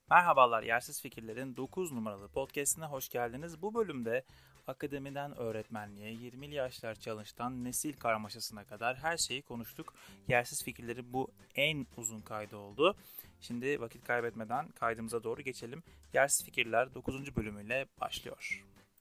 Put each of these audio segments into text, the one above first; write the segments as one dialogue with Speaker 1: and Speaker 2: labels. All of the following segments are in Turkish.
Speaker 1: Merhabalar, Yersiz Fikirler'in 9 numaralı podcastine hoş geldiniz. Bu bölümde akademiden öğretmenliğe, 20'li yaşlar challenge'dan nesil karmaşasına kadar her şeyi konuştuk. Yersiz Fikirler'in bu en uzun kaydı oldu. Şimdi vakit kaybetmeden kaydımıza doğru geçelim. Yersiz Fikirler 9. bölümüyle başlıyor.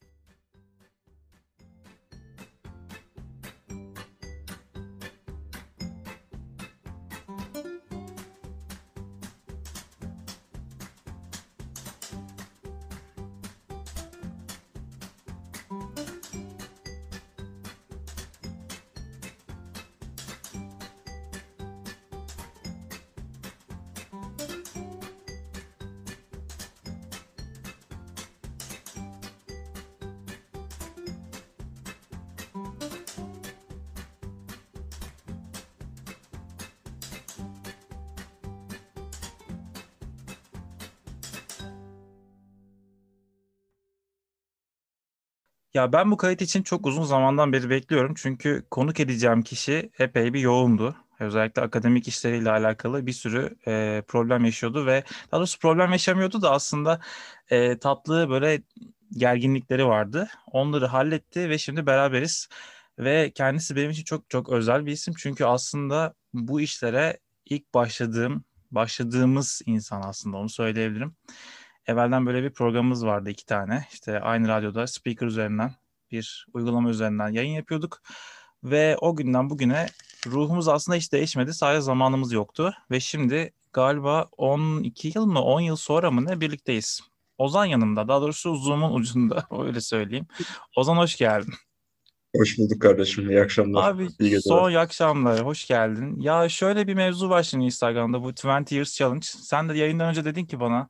Speaker 1: Ya ben bu kayıt için çok uzun zamandan beri bekliyorum. Çünkü konuk edeceğim kişi epey bir yoğundu. Özellikle akademik işleriyle alakalı bir sürü problem yaşıyordu ve daha doğrusu problem yaşamıyordu da aslında tatlı böyle gerginlikleri vardı. Onları halletti ve şimdi beraberiz. Ve kendisi benim için çok çok özel bir isim. Çünkü aslında bu işlere ilk başladığımız insan aslında onu söyleyebilirim. Evvelden böyle bir programımız vardı 2 tane. İşte aynı radyoda speaker üzerinden bir uygulama üzerinden yayın yapıyorduk. Ve o günden bugüne ruhumuz aslında hiç değişmedi. Sadece zamanımız yoktu. Ve şimdi galiba 12 yıl mı 10 yıl sonra mı ne birlikteyiz. Ozan yanımda. Daha doğrusu Zoom'un ucunda öyle söyleyeyim. Ozan hoş geldin.
Speaker 2: Hoş bulduk kardeşim. İyi akşamlar.
Speaker 1: Abi
Speaker 2: İyi geceler.
Speaker 1: son iyi akşamlar. Hoş geldin. Ya şöyle bir mevzu var şimdi Instagram'da bu 20 Years Challenge. Sen de yayından önce dedin ki bana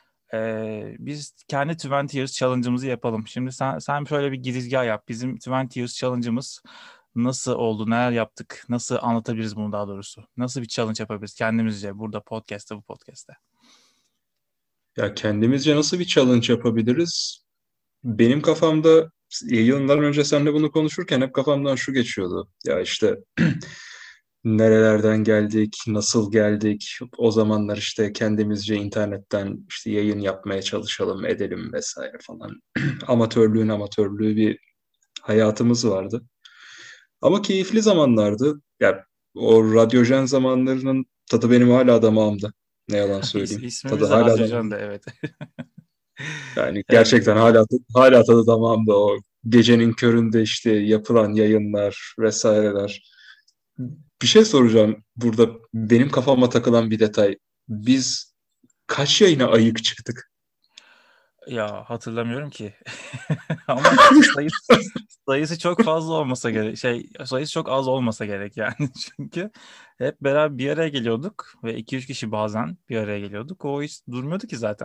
Speaker 1: biz kendi 20 Years Challenge'ımızı yapalım. Şimdi sen şöyle bir girizgah yap. Bizim 20 Years Challenge'ımız nasıl oldu, neler yaptık, nasıl anlatabiliriz bunu daha doğrusu? Nasıl bir challenge yapabiliriz kendimizce burada podcast'te, bu podcast'te?
Speaker 2: Ya kendimizce nasıl bir challenge yapabiliriz? Benim kafamda yayından önce seninle bunu konuşurken hep kafamdan şu geçiyordu. Ya işte nerelerden geldik, nasıl geldik? O zamanlar işte kendimizce internetten işte yayın yapmaya çalışalım, edelim vesaire falan. Amatörlüğü bir hayatımız vardı. Ama keyifli zamanlardı. Ya o radyojen zamanlarının tadı benim hala damağımda. Ne yalan söyleyeyim. Tadı
Speaker 1: İsmimiz de
Speaker 2: hala
Speaker 1: Radyocan
Speaker 2: damağımda.
Speaker 1: da evet.
Speaker 2: Yani
Speaker 1: Evet.
Speaker 2: gerçekten hala tadı damağımda o gecenin köründe işte yapılan yayınlar vesaireler. Bir şey soracağım burada benim kafama takılan bir detay. Biz kaç yayına ayık çıktık?
Speaker 1: Ya hatırlamıyorum ki. Ama sayısı çok fazla olmasa gerek. Sayısı çok az olmasa gerek yani. Çünkü hep beraber bir araya geliyorduk ve 2-3 kişi bazen bir araya geliyorduk. O hiç durmuyordu ki zaten.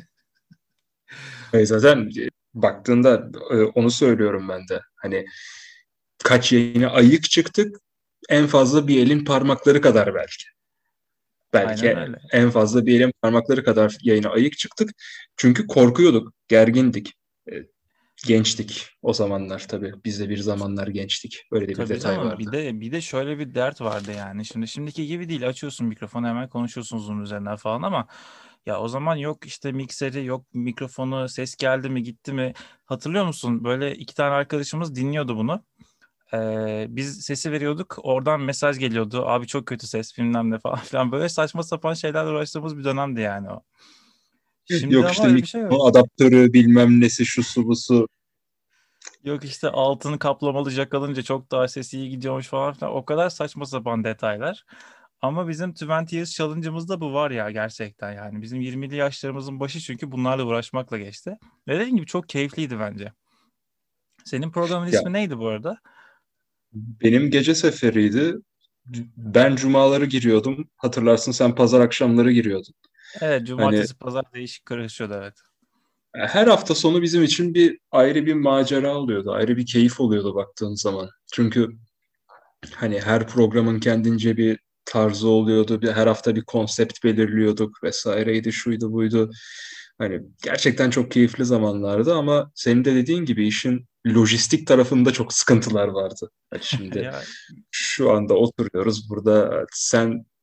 Speaker 2: Zaten baktığında onu söylüyorum ben de. Hani kaç yayına ayık çıktık? En fazla bir elin parmakları kadar belki.
Speaker 1: Aynen
Speaker 2: Belki
Speaker 1: öyle.
Speaker 2: en fazla bir elin parmakları kadar yayına ayık çıktık. Çünkü korkuyorduk, gergindik. E, Gençtik o zamanlar tabii. Biz de bir zamanlar gençtik. Öyle de bir
Speaker 1: Tabii
Speaker 2: detay
Speaker 1: canım, bir
Speaker 2: vardı.
Speaker 1: de bir de şöyle bir dert vardı yani. Şimdi şimdiki gibi değil, açıyorsun mikrofonu hemen konuşuyorsun Zoom üzerinden falan ama ya o zaman yok işte mikseri, yok mikrofonu, ses geldi mi gitti mi, hatırlıyor musun? Böyle 2 tane arkadaşımız dinliyordu bunu. Biz sesi veriyorduk, oradan mesaj geliyordu, abi çok kötü ses bilmem ne falan filan, böyle saçma sapan şeylerle uğraştığımız bir dönemdi yani o. Şimdi
Speaker 2: Yok
Speaker 1: ama
Speaker 2: işte
Speaker 1: öyle bir şey yok.
Speaker 2: mikrofon adaptörü bilmem nesi şu su bu su.
Speaker 1: Yok işte altını kaplamalı alınca çok daha sesi iyi gidiyormuş falan filan. O kadar saçma sapan detaylar. Ama bizim 20 Years Challenge'ımızda bu var ya gerçekten yani. Bizim 20'li yaşlarımızın başı çünkü bunlarla uğraşmakla geçti. Ve dediğim gibi çok keyifliydi bence. Senin programın
Speaker 2: Ya
Speaker 1: ismi neydi bu arada?
Speaker 2: benim gece seferiydi. Ben cumaları giriyordum. Hatırlarsın sen pazar akşamları giriyordun.
Speaker 1: Evet,
Speaker 2: Hani
Speaker 1: cumartesi pazar değişik karışıyordu, evet.
Speaker 2: her hafta sonu bizim için bir ayrı bir macera oluyordu. Ayrı bir keyif oluyordu baktığın zaman. Çünkü hani her programın kendince bir tarzı oluyordu. Her hafta bir konsept belirliyorduk vesaireydi, şuydu buydu. Hani gerçekten çok keyifli zamanlardı ama senin de dediğin gibi işin lojistik tarafında çok sıkıntılar vardı. Hani şimdi
Speaker 1: Ya
Speaker 2: şu anda oturuyoruz burada. Sen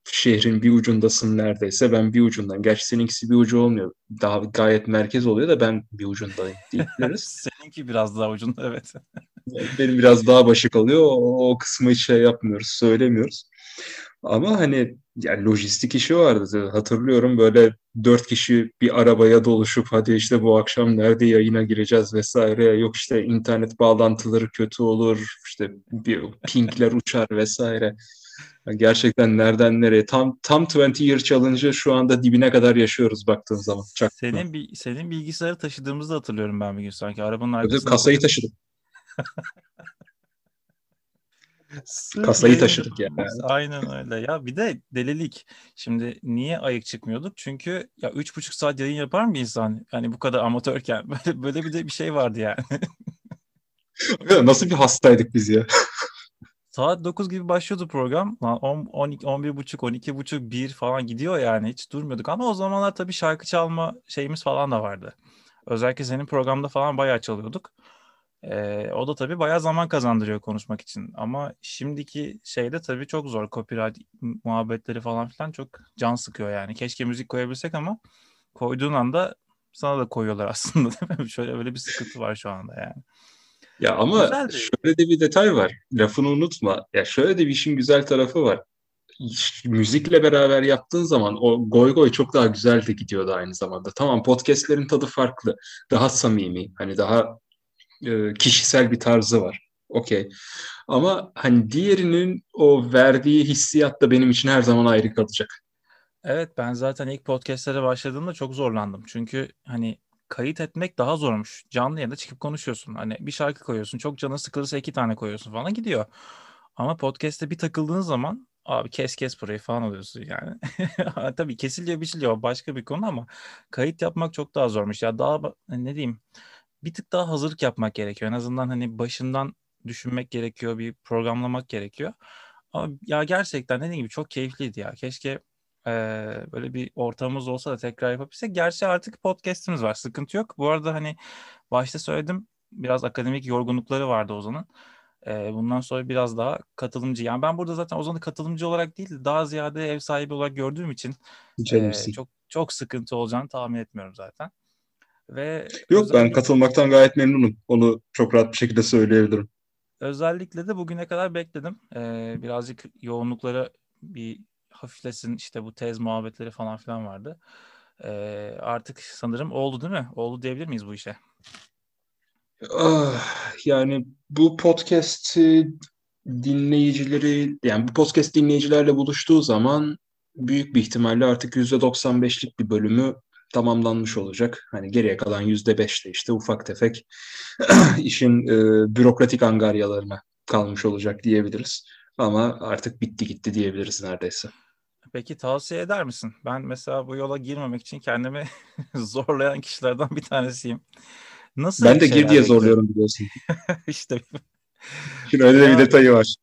Speaker 2: şehrin bir ucundasın neredeyse. Ben bir ucundan. Gerçi seninkisi bir ucu olmuyor. Daha gayet merkez oluyor da ben bir ucundayım diyebiliriz.
Speaker 1: Seninki biraz daha ucunda, evet.
Speaker 2: Benim biraz daha başı kalıyor. O kısmı hiç şey yapmıyoruz, söylemiyoruz. Ama hani yani lojistik işi vardı. Hatırlıyorum böyle 4 kişi bir arabaya doluşup hadi işte bu akşam nerede yayına gireceğiz vesaire. Yok işte internet bağlantıları kötü olur. İşte bir pingler uçar vesaire. Yani gerçekten nereden nereye? Tam 20 year challenge'ı şu anda dibine kadar yaşıyoruz baktığın zaman. Çaktırma.
Speaker 1: Senin bilgisayarı taşıdığımızı hatırlıyorum ben bir gün sanki. Arabanın
Speaker 2: Öyle
Speaker 1: arkasına
Speaker 2: kasayı
Speaker 1: koyduk.
Speaker 2: taşıdık.
Speaker 1: Sırf
Speaker 2: Kasayı
Speaker 1: yayın
Speaker 2: taşıdık yani.
Speaker 1: yapabilmemiz. Aynen öyle. Ya bir de delilik. Şimdi niye ayık çıkmıyorduk? Çünkü ya 3,5 saat yayın yapar mı bir insan? Yani bu kadar amatörken. Böyle bir de bir şey vardı yani.
Speaker 2: Nasıl bir hastaydık biz ya?
Speaker 1: Saat 9 gibi başlıyordu program. Lan 10, 12, 11 buçuk, 12 buçuk, bir falan gidiyor yani. Hiç durmuyorduk. Ama o zamanlar tabii şarkı çalma şeyimiz falan da vardı. Özellikle senin programda falan bayağı çalıyorduk. O da tabii bayağı zaman kazandırıyor konuşmak için. Ama şimdiki şeyde tabii çok zor. Copyright muhabbetleri falan filan çok can sıkıyor yani. Keşke müzik koyabilsek ama koyduğun anda sana da koyuyorlar aslında, değil mi? Şöyle böyle bir sıkıntı var şu anda yani.
Speaker 2: Ya ama
Speaker 1: Güzeldi.
Speaker 2: şöyle de bir detay var. Lafını unutma. Ya şöyle de bir işin güzel tarafı var. Müzikle beraber yaptığın zaman o goy goy çok daha güzel de gidiyordu aynı zamanda. Tamam podcastlerin tadı farklı. Daha samimi. Hani daha kişisel bir tarzı var. Okey. Ama hani diğerinin o verdiği hissiyat da benim için her zaman ayrı kalacak.
Speaker 1: Evet, ben zaten ilk podcastlere başladığımda çok zorlandım. Çünkü hani kayıt etmek daha zormuş. Canlı yayında çıkıp konuşuyorsun. Hani bir şarkı koyuyorsun. Çok canın sıkılırsa 2 tane koyuyorsun falan, gidiyor. Ama podcast'te bir takıldığın zaman abi kes burayı falan oluyorsun yani. Tabii kesiliyor biçiliyor, o başka bir konu ama kayıt yapmak çok daha zormuş. Ya daha ne diyeyim, bir tık daha hazırlık yapmak gerekiyor. En azından hani başından düşünmek gerekiyor. Bir programlamak gerekiyor. Ama ya gerçekten dediğim gibi çok keyifliydi ya. Keşke böyle bir ortamımız olsa da tekrar yapabilsek. Gerçi artık podcast'imiz var. Sıkıntı yok. Bu arada hani başta söyledim, biraz akademik yorgunlukları vardı Ozan'ın. Bundan sonra biraz daha katılımcı. Yani ben burada zaten Ozan'ı katılımcı olarak değil de daha ziyade ev sahibi olarak gördüğüm için
Speaker 2: Canımsın.
Speaker 1: çok çok sıkıntı olacağını tahmin etmiyorum zaten. Ve
Speaker 2: Yok ben katılmaktan gayet memnunum. Onu çok rahat bir şekilde söyleyebilirim.
Speaker 1: özellikle de bugüne kadar bekledim. Birazcık yoğunlukları bir hafiflesin, işte bu tez muhabbetleri falan filan vardı. Artık sanırım oldu, değil mi? Oldu diyebilir miyiz bu işe?
Speaker 2: Ah, yani bu podcast'i dinleyicileri yani bu podcast dinleyicilerle buluştuğu zaman büyük bir ihtimalle artık %95'lik bir bölümü tamamlanmış olacak. Hani geriye kalan %5 de işte ufak tefek işin bürokratik angaryalarına kalmış olacak diyebiliriz. Ama artık bitti gitti diyebiliriz neredeyse.
Speaker 1: Peki tavsiye eder misin? Ben mesela bu yola girmemek için kendimi zorlayan kişilerden bir tanesiyim.
Speaker 2: Ben
Speaker 1: Nasıl
Speaker 2: de gir
Speaker 1: şeyler
Speaker 2: diye
Speaker 1: bekliyorum?
Speaker 2: zorluyorum biliyorsun.
Speaker 1: İşte
Speaker 2: Şimdi öyle de bir
Speaker 1: ya
Speaker 2: detayı var.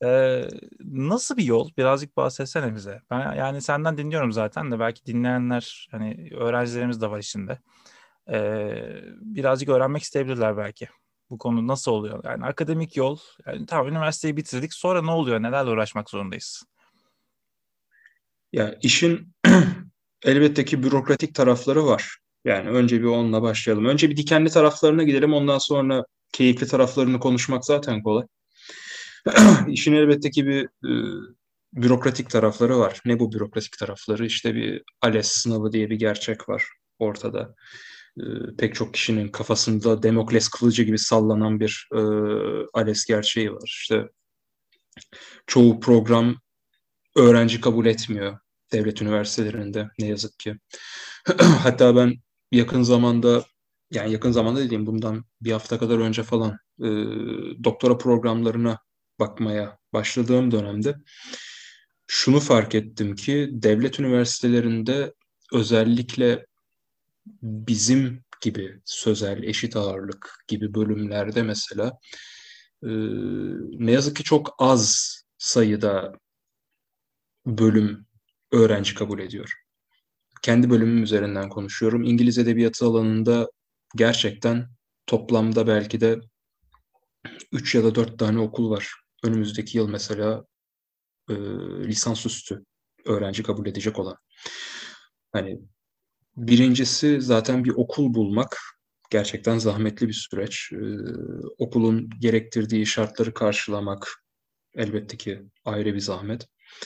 Speaker 1: nasıl bir yol? Birazcık bahsetsene bize. Ben yani senden dinliyorum zaten de belki dinleyenler, hani öğrencilerimiz de var içinde. Birazcık öğrenmek isteyebilirler belki. Bu konu nasıl oluyor? Yani akademik yol. Yani tamam, üniversiteyi bitirdik. Sonra ne oluyor? Nelerle uğraşmak zorundayız?
Speaker 2: Ya işin elbette ki bürokratik tarafları var. Yani önce bir onunla başlayalım. Önce bir dikenli taraflarına gidelim. Ondan sonra keyifli taraflarını konuşmak zaten kolay. İşin elbette ki bir bürokratik tarafları var. Ne bu bürokratik tarafları? İşte bir ALES sınavı diye bir gerçek var ortada. E, Pek çok kişinin kafasında Demokles kılıcı gibi sallanan bir ALES gerçeği var. İşte çoğu program öğrenci kabul etmiyor devlet üniversitelerinde ne yazık ki. Hatta ben yakın zamanda yani yakın zamanda dediğim bundan bir hafta kadar önce falan doktora programlarına bakmaya başladığım dönemde şunu fark ettim ki devlet üniversitelerinde özellikle bizim gibi sözel eşit ağırlık gibi bölümlerde mesela e, ne yazık ki çok az sayıda bölüm öğrenci kabul ediyor. Kendi bölümüm üzerinden konuşuyorum. İngiliz edebiyatı alanında gerçekten toplamda belki de 3 ya da 4 tane okul var. Önümüzdeki yıl mesela e, lisansüstü öğrenci kabul edecek olan. Hani birincisi zaten bir okul bulmak gerçekten zahmetli bir süreç. Okulun gerektirdiği şartları karşılamak elbette ki ayrı bir zahmet.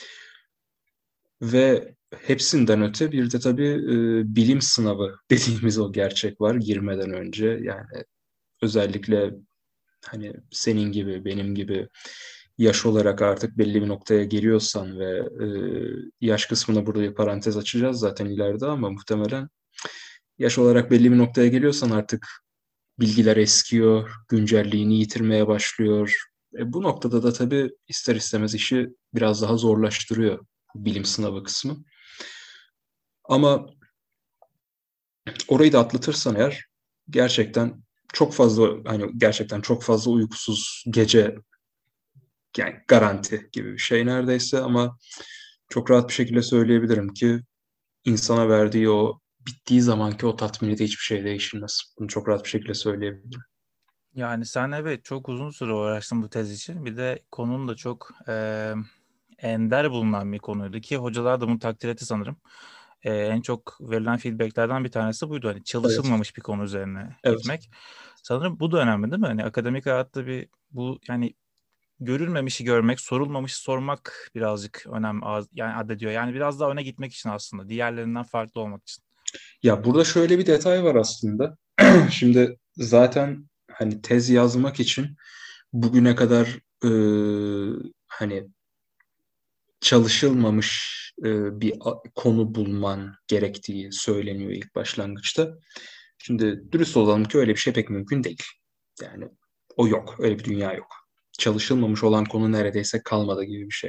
Speaker 2: Ve hepsinden öte bir de tabii bilim sınavı dediğimiz o gerçek var girmeden önce. Yani özellikle hani senin gibi, benim gibi yaş olarak artık belli bir noktaya geliyorsan ve yaş kısmına burada bir parantez açacağız zaten ileride ama muhtemelen yaş olarak belli bir noktaya geliyorsan artık bilgiler eskiyor, güncelliğini yitirmeye başlıyor. Bu noktada da tabii ister istemez işi biraz daha zorlaştırıyor bilim sınavı kısmı. Ama orayı da atlatırsan eğer gerçekten çok fazla hani gerçekten çok fazla uykusuz gece yani garanti gibi bir şey neredeyse ama çok rahat bir şekilde söyleyebilirim ki insana verdiği o bittiği zamanki o tatmini de hiçbir şey değişilmez. Bunu çok rahat bir şekilde söyleyebilirim.
Speaker 1: Yani sen evet çok uzun süre uğraştın bu tez için. Bir de konunun da çok ender bulunan bir konuydu ki hocalar da bunu takdir etti sanırım. En çok verilen feedbacklerden bir tanesi buydu. Hani
Speaker 2: Evet,
Speaker 1: çalışılmamış bir konu üzerine
Speaker 2: evet.
Speaker 1: gitmek. Sanırım bu da önemli değil mi? Hani akademik hayatta bir bu yani görülmemişi görmek, sorulmamışı sormak birazcık yani addediyor. Yani biraz daha öne gitmek için aslında. Diğerlerinden farklı olmak için.
Speaker 2: Ya burada şöyle bir detay var aslında. Şimdi zaten hani tez yazmak için bugüne kadar hani çalışılmamış bir konu bulman gerektiği söyleniyor ilk başlangıçta. Şimdi dürüst olalım ki öyle bir şey pek mümkün değil. Yani o yok, öyle bir dünya yok. Çalışılmamış olan konu neredeyse kalmadı gibi bir şey.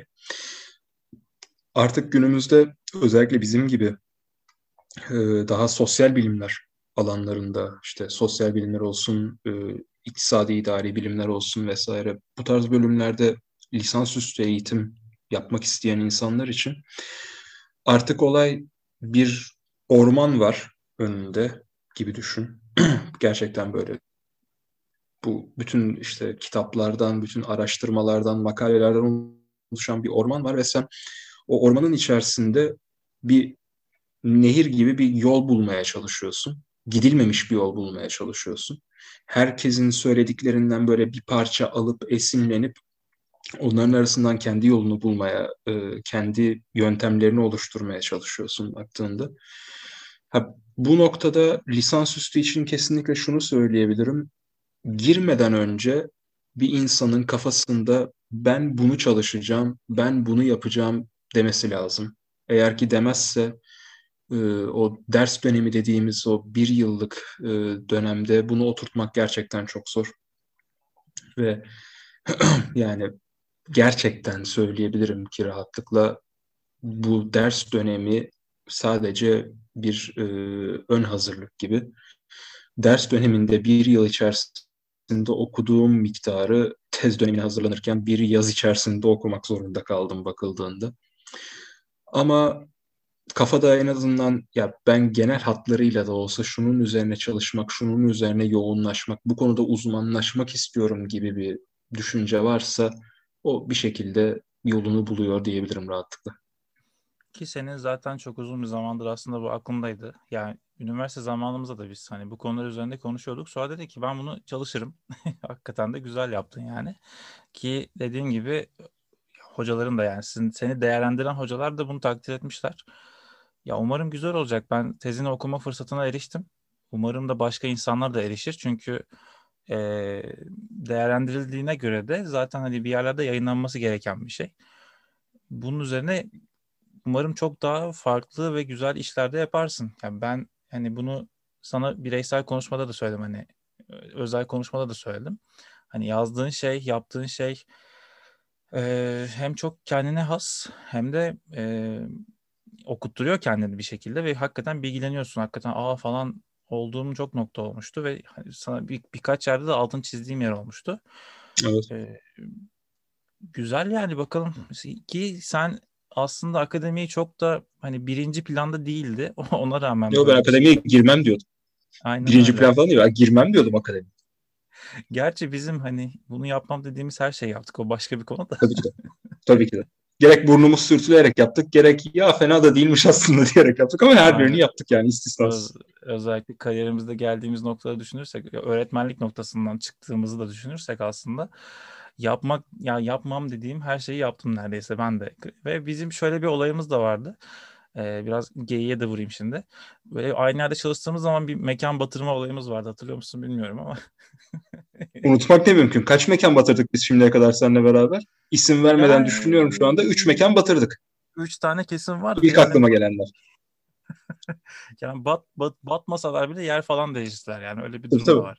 Speaker 2: Artık günümüzde özellikle bizim gibi daha sosyal bilimler alanlarında işte sosyal bilimler olsun, iktisadi idari bilimler olsun vesaire bu tarz bölümlerde lisansüstü eğitim yapmak isteyen insanlar için artık olay bir orman var önünde gibi düşün. Gerçekten böyle bu bütün işte kitaplardan, bütün araştırmalardan, makalelerden oluşan bir orman var ve sen o ormanın içerisinde bir nehir gibi bir yol bulmaya çalışıyorsun. Gidilmemiş bir yol bulmaya çalışıyorsun. Herkesin söylediklerinden böyle bir parça alıp esinlenip onların arasından kendi yolunu bulmaya, kendi yöntemlerini oluşturmaya çalışıyorsun baktığında. Bu noktada lisansüstü için kesinlikle şunu söyleyebilirim. Girmeden önce bir insanın kafasında ben bunu çalışacağım, ben bunu yapacağım demesi lazım. Eğer ki demezse o ders dönemi dediğimiz o bir yıllık dönemde bunu oturtmak gerçekten çok zor. Ve yani gerçekten söyleyebilirim ki rahatlıkla bu ders dönemi sadece bir ön hazırlık gibi. Ders döneminde bir yıl içerisinde okuduğum miktarı tez dönemine hazırlanırken bir yaz içerisinde okumak zorunda kaldım bakıldığında. Ama kafada en azından ya ben genel hatlarıyla da olsa şunun üzerine çalışmak, şunun üzerine yoğunlaşmak, bu konuda uzmanlaşmak istiyorum gibi bir düşünce varsa o bir şekilde yolunu buluyor diyebilirim rahatlıkla.
Speaker 1: Ki senin zaten çok uzun bir zamandır aslında bu aklındaydı. Yani üniversite zamanımızda da biz hani bu konular üzerinde konuşuyorduk. Sonra dedi ki ben bunu çalışırım. Hakikaten de güzel yaptın yani. Ki dediğin gibi hocaların da yani seni değerlendiren hocalar da bunu takdir etmişler. Ya umarım güzel olacak. Ben tezini okuma fırsatına eriştim. Umarım da başka insanlar da erişir. Çünkü değerlendirildiğine göre de zaten hani bir yerlerde yayınlanması gereken bir şey. Bunun üzerine umarım çok daha farklı ve güzel işlerde yaparsın. Yani ben hani bunu sana bireysel konuşmada da söyledim hani özel konuşmada da söyledim. Hani yazdığın şey, yaptığın şey hem çok kendine has hem de okutturuyor kendini bir şekilde ve hakikaten bilgileniyorsun. Hakikaten falan olduğum çok nokta olmuştu ve hani sana birkaç yerde de altın çizdiğim yer olmuştu.
Speaker 2: Evet.
Speaker 1: E, Güzel yani bakalım ki sen aslında akademiyi çok da hani birinci planda değildi. Ona rağmen
Speaker 2: Yo ben
Speaker 1: böyle bir şey.
Speaker 2: akademiye girmem diyordum.
Speaker 1: Aynen
Speaker 2: Birinci
Speaker 1: öyle.
Speaker 2: plan falan değil. Ben girmem diyordum akademiye.
Speaker 1: Gerçi bizim hani bunu yapmam dediğimiz her şeyi yaptık. O başka bir konu da.
Speaker 2: Tabii ki de. Tabii ki de. Gerek burnumuz sürtülerek yaptık, gerek ya fena da değilmiş aslında diyerek yaptık ama her birini
Speaker 1: Aynen.
Speaker 2: yaptık yani istisnasız.
Speaker 1: Özellikle kariyerimizde geldiğimiz noktada düşünürsek, öğretmenlik noktasından çıktığımızı da düşünürsek aslında yapmam dediğim her şeyi yaptım neredeyse ben de. Ve bizim şöyle bir olayımız da vardı. Biraz geyiğe de vurayım şimdi. Böyle aynı yerde çalıştığımız zaman bir mekan batırma olayımız vardı. Hatırlıyor musun bilmiyorum ama.
Speaker 2: Unutmak ne mümkün. Kaç mekan batırdık biz şimdiye kadar seninle beraber? İsim vermeden düşünüyorum şu anda. 3 mekan
Speaker 1: Yani
Speaker 2: batırdık.
Speaker 1: 3 tane kesim vardı.
Speaker 2: İlk
Speaker 1: Yani
Speaker 2: aklıma gelenler.
Speaker 1: batmasalar bile yer falan değiştiler. Yani öyle bir
Speaker 2: Tabii
Speaker 1: durum da
Speaker 2: tabii.
Speaker 1: var.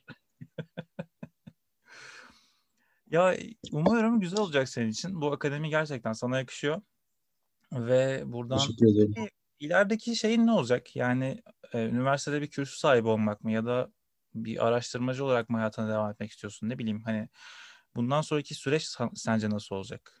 Speaker 1: Ya umuyorum güzel olacak senin için. Bu akademi gerçekten sana yakışıyor. Ve buradan
Speaker 2: Teşekkür ederim.
Speaker 1: peki ilerideki şeyin ne olacak? Yani üniversitede bir kürsü sahibi olmak mı ya da bir araştırmacı olarak mı hayatına devam etmek istiyorsun? Ne bileyim hani bundan sonraki süreç sence nasıl olacak?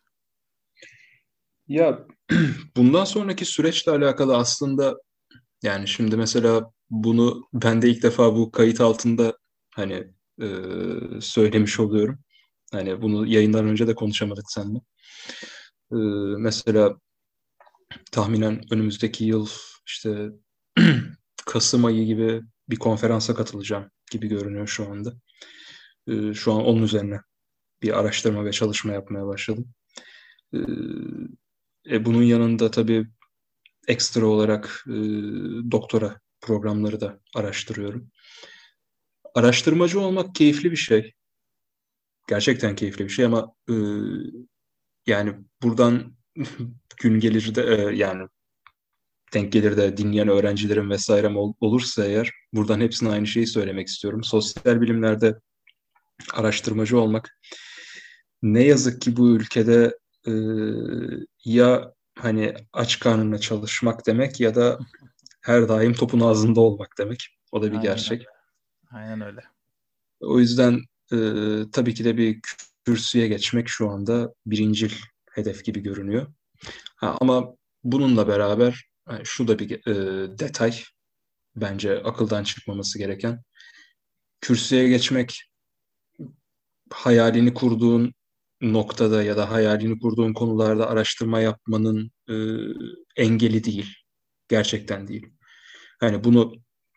Speaker 2: Ya bundan sonraki süreçle alakalı aslında yani şimdi mesela bunu ben de ilk defa bu kayıt altında hani söylemiş oluyorum. Hani bunu yayından önce de konuşamadık seninle. E, Mesela tahminen önümüzdeki yıl işte Kasım ayı gibi bir konferansa katılacağım gibi görünüyor şu anda. Şu an onun üzerine bir araştırma ve çalışma yapmaya başladım. E, Bunun yanında tabii ekstra olarak doktora programları da araştırıyorum. Araştırmacı olmak keyifli bir şey. Gerçekten keyifli bir şey ama yani buradan gün gelir de yani denk gelir de dinleyen öğrencilerim vesairem olursa eğer buradan hepsine aynı şeyi söylemek istiyorum. Sosyal bilimlerde araştırmacı olmak ne yazık ki bu ülkede e, ya hani aç karnına çalışmak demek ya da her daim topun ağzında olmak demek. O da bir
Speaker 1: Aynen öyle.
Speaker 2: gerçek.
Speaker 1: Aynen öyle.
Speaker 2: O yüzden tabii ki de bir kürsüye geçmek şu anda birincil hedef gibi görünüyor. Ama bununla beraber şu da bir detay bence akıldan çıkmaması gereken. Kürsüye geçmek hayalini kurduğun noktada ya da hayalini kurduğun konularda araştırma yapmanın engeli değil. Gerçekten değil. Yani bunu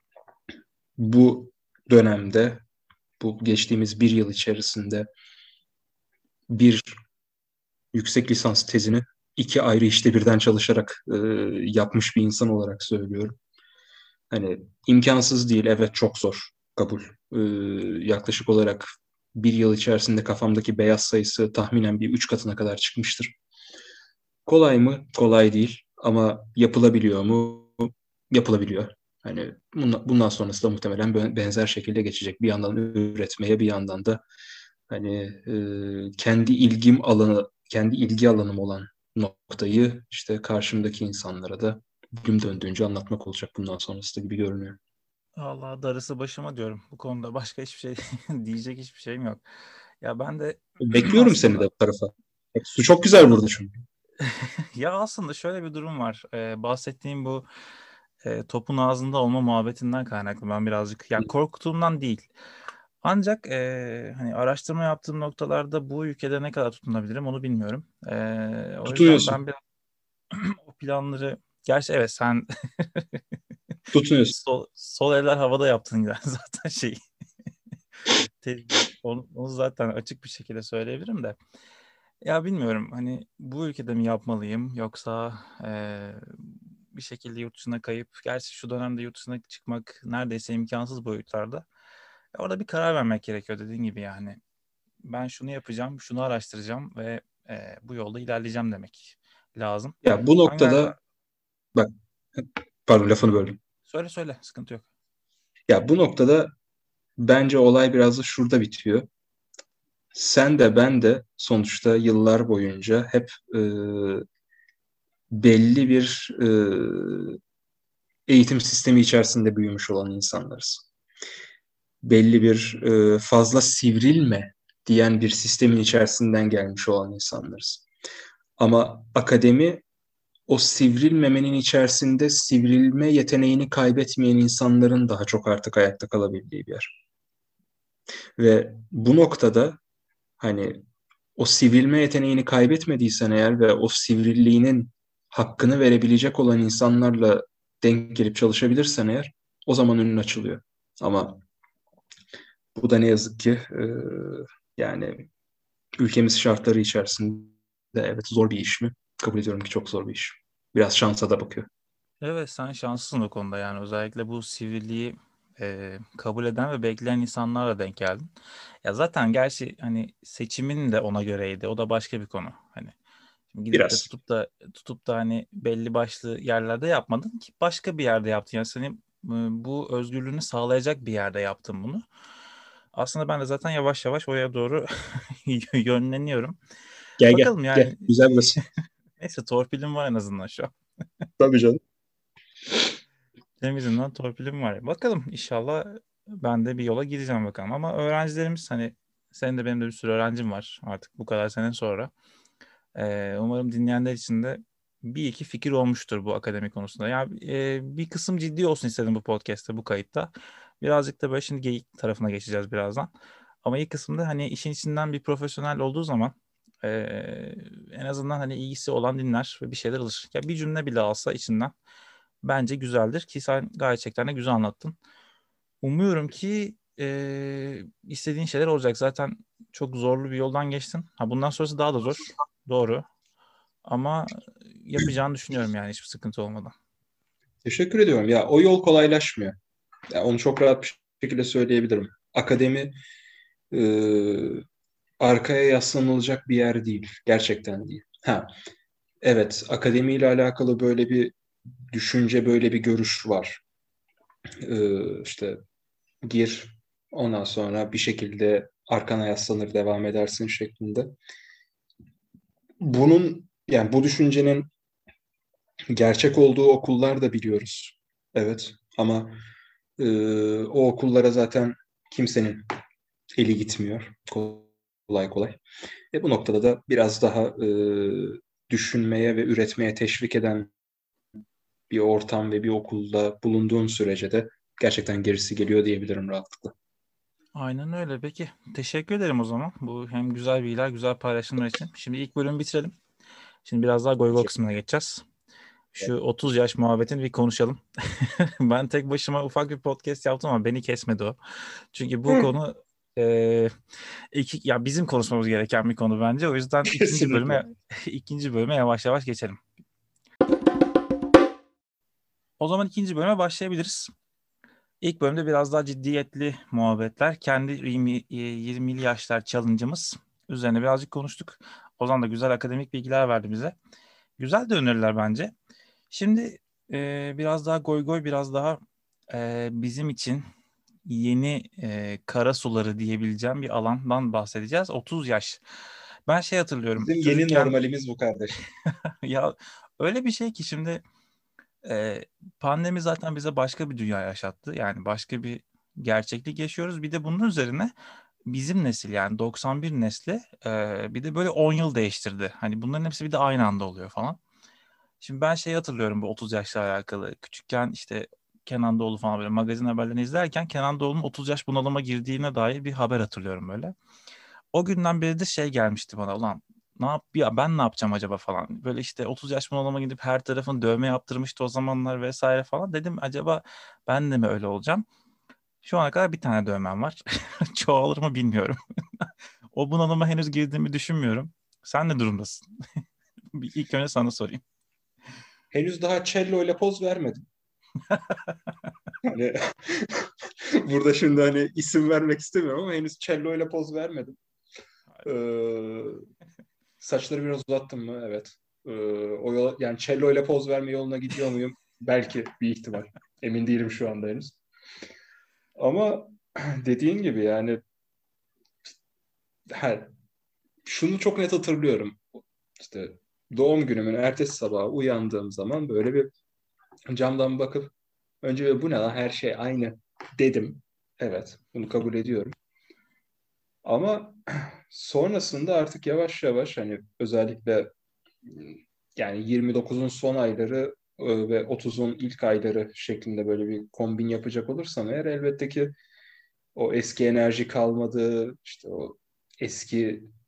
Speaker 2: bu dönemde, bu geçtiğimiz bir yıl içerisinde bir yüksek lisans tezini iki ayrı işte birden çalışarak yapmış bir insan olarak söylüyorum. Hani imkansız değil, evet çok zor, kabul. Yaklaşık olarak bir yıl içerisinde kafamdaki beyaz sayısı tahminen bir 3 katına kadar çıkmıştır. Kolay mı? Kolay değil. Ama yapılabiliyor mu? Yapılabiliyor. Hani bundan sonrası da muhtemelen benzer şekilde geçecek. Bir yandan üretmeye, bir yandan da hani kendi ilgi alanım olan noktayı işte karşımdaki insanlara da dilim döndüğünce anlatmak olacak bundan sonrası da gibi görünüyor.
Speaker 1: Allah darısı başıma diyorum. Bu konuda başka hiçbir şey diyecek hiçbir şeyim yok. Ya ben de
Speaker 2: Bekliyorum seni de
Speaker 1: aslında
Speaker 2: bu tarafa. Bak, su çok güzel burada çünkü.
Speaker 1: ya aslında şöyle bir durum var. Bahsettiğim bu topun ağzında olma muhabbetinden kaynaklı. Ben birazcık ya korktuğumdan değil. Ancak hani araştırma yaptığım noktalarda bu ülkede ne kadar tutunabilirim onu bilmiyorum. O yüzden
Speaker 2: Tutunuyorsun.
Speaker 1: ben biraz o planları gerçi evet sen
Speaker 2: Tutunuyorsun.
Speaker 1: sol eller havada yaptın zaten şey. Onu zaten açık bir şekilde söyleyebilirim de. Ya bilmiyorum hani bu ülkede mi yapmalıyım yoksa bir şekilde yurt dışına kayıp gerçi şu dönemde yurt dışına çıkmak neredeyse imkansız boyutlarda. Orada bir karar vermek gerekiyor dediğin gibi yani. Ben şunu yapacağım, şunu araştıracağım ve bu yolda ilerleyeceğim demek lazım.
Speaker 2: Ya bu
Speaker 1: Ben
Speaker 2: noktada
Speaker 1: galiba
Speaker 2: bak, pardon lafını böldüm.
Speaker 1: söyle söyle sıkıntı yok.
Speaker 2: Ya bu noktada bence olay biraz da şurada bitiyor. Sen de ben de sonuçta yıllar boyunca hep belli bir eğitim sistemi içerisinde büyümüş olan insanlarız. Belli bir fazla sivrilme diyen bir sistemin içerisinden gelmiş olan insanlarız. Ama akademi o sivrilmemenin içerisinde sivrilme yeteneğini kaybetmeyen insanların daha çok artık ayakta kalabildiği bir yer. Ve bu noktada hani o sivrilme yeteneğini kaybetmediysen eğer ve o sivrilliğinin hakkını verebilecek olan insanlarla denk gelip çalışabilirsen eğer o zaman önün açılıyor. Ama bu da ne yazık ki yani ülkemiz şartları içerisinde evet zor bir iş mi? Kabul ediyorum ki çok zor bir iş. Biraz şansa da bakıyor.
Speaker 1: Evet, sen şanslısın o konuda, yani özellikle bu sivriliği kabul eden ve bekleyen insanlarla denk geldin. Ya zaten gerçi hani seçimin de ona göreydi. O da başka bir konu. Hani şimdi gidip de
Speaker 2: Biraz.
Speaker 1: tutup da hani belli başlı yerlerde yapmadın ki, başka bir yerde yaptın. Yani senin bu özgürlüğünü sağlayacak bir yerde yaptın bunu. Aslında ben de zaten yavaş yavaş oraya doğru yönleniyorum.
Speaker 2: Gel gel
Speaker 1: Bakalım
Speaker 2: gel.
Speaker 1: yani.
Speaker 2: Güzel burası.
Speaker 1: Neyse, torpilim var en azından şu an.
Speaker 2: Tabii canım.
Speaker 1: Temizinden torpilim var. Bakalım, inşallah ben de bir yola gireceğim bakalım. Ama öğrencilerimiz, hani senin de benim de bir sürü öğrencim var artık bu kadar sene sonra. Umarım dinleyenler için de bir iki fikir olmuştur bu akademi konusunda. Ya bir kısım ciddi olsun istedim bu podcast'te, bu kayıtta. Birazcık da böyle şimdi geyik tarafına geçeceğiz birazdan. Ama ilk kısımda hani işin içinden bir profesyonel olduğu zaman e, en azından hani ilgisi olan dinler ve bir şeyler alır. Ya bir cümle bile alsa içinden bence güzeldir ki sen gerçekten de güzel anlattın. Umuyorum ki istediğin şeyler olacak. Zaten çok zorlu bir yoldan geçtin. Ha, bundan sonrası daha da zor. Doğru. Ama yapacağını düşünüyorum yani, hiçbir sıkıntı olmadan.
Speaker 2: Teşekkür ediyorum. Ya o yol kolaylaşmıyor. Ya, onu çok rahat bir şekilde söyleyebilirim. Akademi e, arkaya yaslanılacak bir yer değil. Gerçekten değil. Ha, evet, akademiyle alakalı böyle bir düşünce, böyle bir görüş var. İşte gir, ondan sonra bir şekilde arkana yaslanır devam edersin şeklinde. Bunun yani bu düşüncenin gerçek olduğu okullar da biliyoruz. Evet ama e, o okullara zaten kimsenin eli gitmiyor kolay kolay. Bu noktada da biraz daha düşünmeye ve üretmeye teşvik eden bir ortam ve bir okulda bulunduğun sürece de gerçekten gerisi geliyor diyebilirim rahatlıkla.
Speaker 1: Aynen öyle. Peki. Teşekkür ederim o zaman. Bu hem güzel bilgiler, güzel paylaşımlar için. Şimdi ilk bölümü bitirelim. Şimdi biraz daha goy goy
Speaker 2: Teşekkür
Speaker 1: kısmına geçeceğiz. Şu 30 yaş muhabbetini bir konuşalım. Ben tek başıma ufak bir podcast yaptım ama beni kesmedi o. Çünkü bu
Speaker 2: ederim.
Speaker 1: konu e, ya bizim konuşmamız gereken bir konu bence. O yüzden ikinci
Speaker 2: Kesinlikle.
Speaker 1: bölüme ikinci bölüme yavaş yavaş geçelim. O zaman ikinci bölüme başlayabiliriz. İlk bölümde biraz daha ciddiyetli muhabbetler. Kendi 20'li yaşlar challenge'ımız üzerine birazcık konuştuk. Ozan da güzel akademik bilgiler verdi bize. Güzel de öneriler bence. Şimdi biraz daha goy goy, biraz daha bizim için yeni kara suları diyebileceğim bir alandan bahsedeceğiz. 30 yaş. Ben şey hatırlıyorum
Speaker 2: Bizim yeni
Speaker 1: çocukken,
Speaker 2: normalimiz bu kardeşim.
Speaker 1: ya öyle bir şey ki şimdi ee, pandemi zaten bize başka bir dünya yaşattı. Yani başka bir gerçeklik yaşıyoruz. Bir de bunun üzerine bizim nesil, yani 91 nesli bir de böyle 10 yıl değiştirdi. Hani bunların hepsi bir de aynı anda oluyor falan. Şimdi ben şeyi hatırlıyorum bu 30 yaşla alakalı. Küçükken işte Kenan Doğulu falan böyle magazin haberlerini izlerken Kenan Doğulu'nun 30 yaş bunalıma girdiğine dair bir haber hatırlıyorum böyle. O günden beri de şey gelmişti bana, ulan ben ne yapacağım acaba falan. Böyle işte 30 yaş bunalıma gidip her tarafın dövme yaptırmıştı o zamanlar vesaire falan. Dedim acaba ben de mi öyle olacağım? Şu ana kadar bir tane dövmem var. Çoğalır mı bilmiyorum. O bunalıma henüz girdiğimi düşünmüyorum. Sen ne durumdasın? Bir ilk önce sana sorayım.
Speaker 2: Henüz daha cello ile poz vermedim. Hani burada şimdi hani isim vermek istemiyorum ama henüz cello ile poz vermedim. Ee, saçları biraz uzattım mı? Evet. O yol, yani cello ile poz verme yoluna gidiyor muyum? Belki bir ihtimal. Emin değilim şu anda henüz. Ama dediğin gibi yani her şunu çok net hatırlıyorum. İşte doğum günümün ertesi sabahı uyandığım zaman böyle bir camdan bakıp önce bu ne lan her şey aynı dedim. Evet, bunu kabul ediyorum. Ama sonrasında artık yavaş yavaş hani özellikle yani 29'un son ayları ve 30'un ilk ayları şeklinde böyle bir kombin yapacak olursam eğer elbette ki o eski enerji kalmadı, işte o eski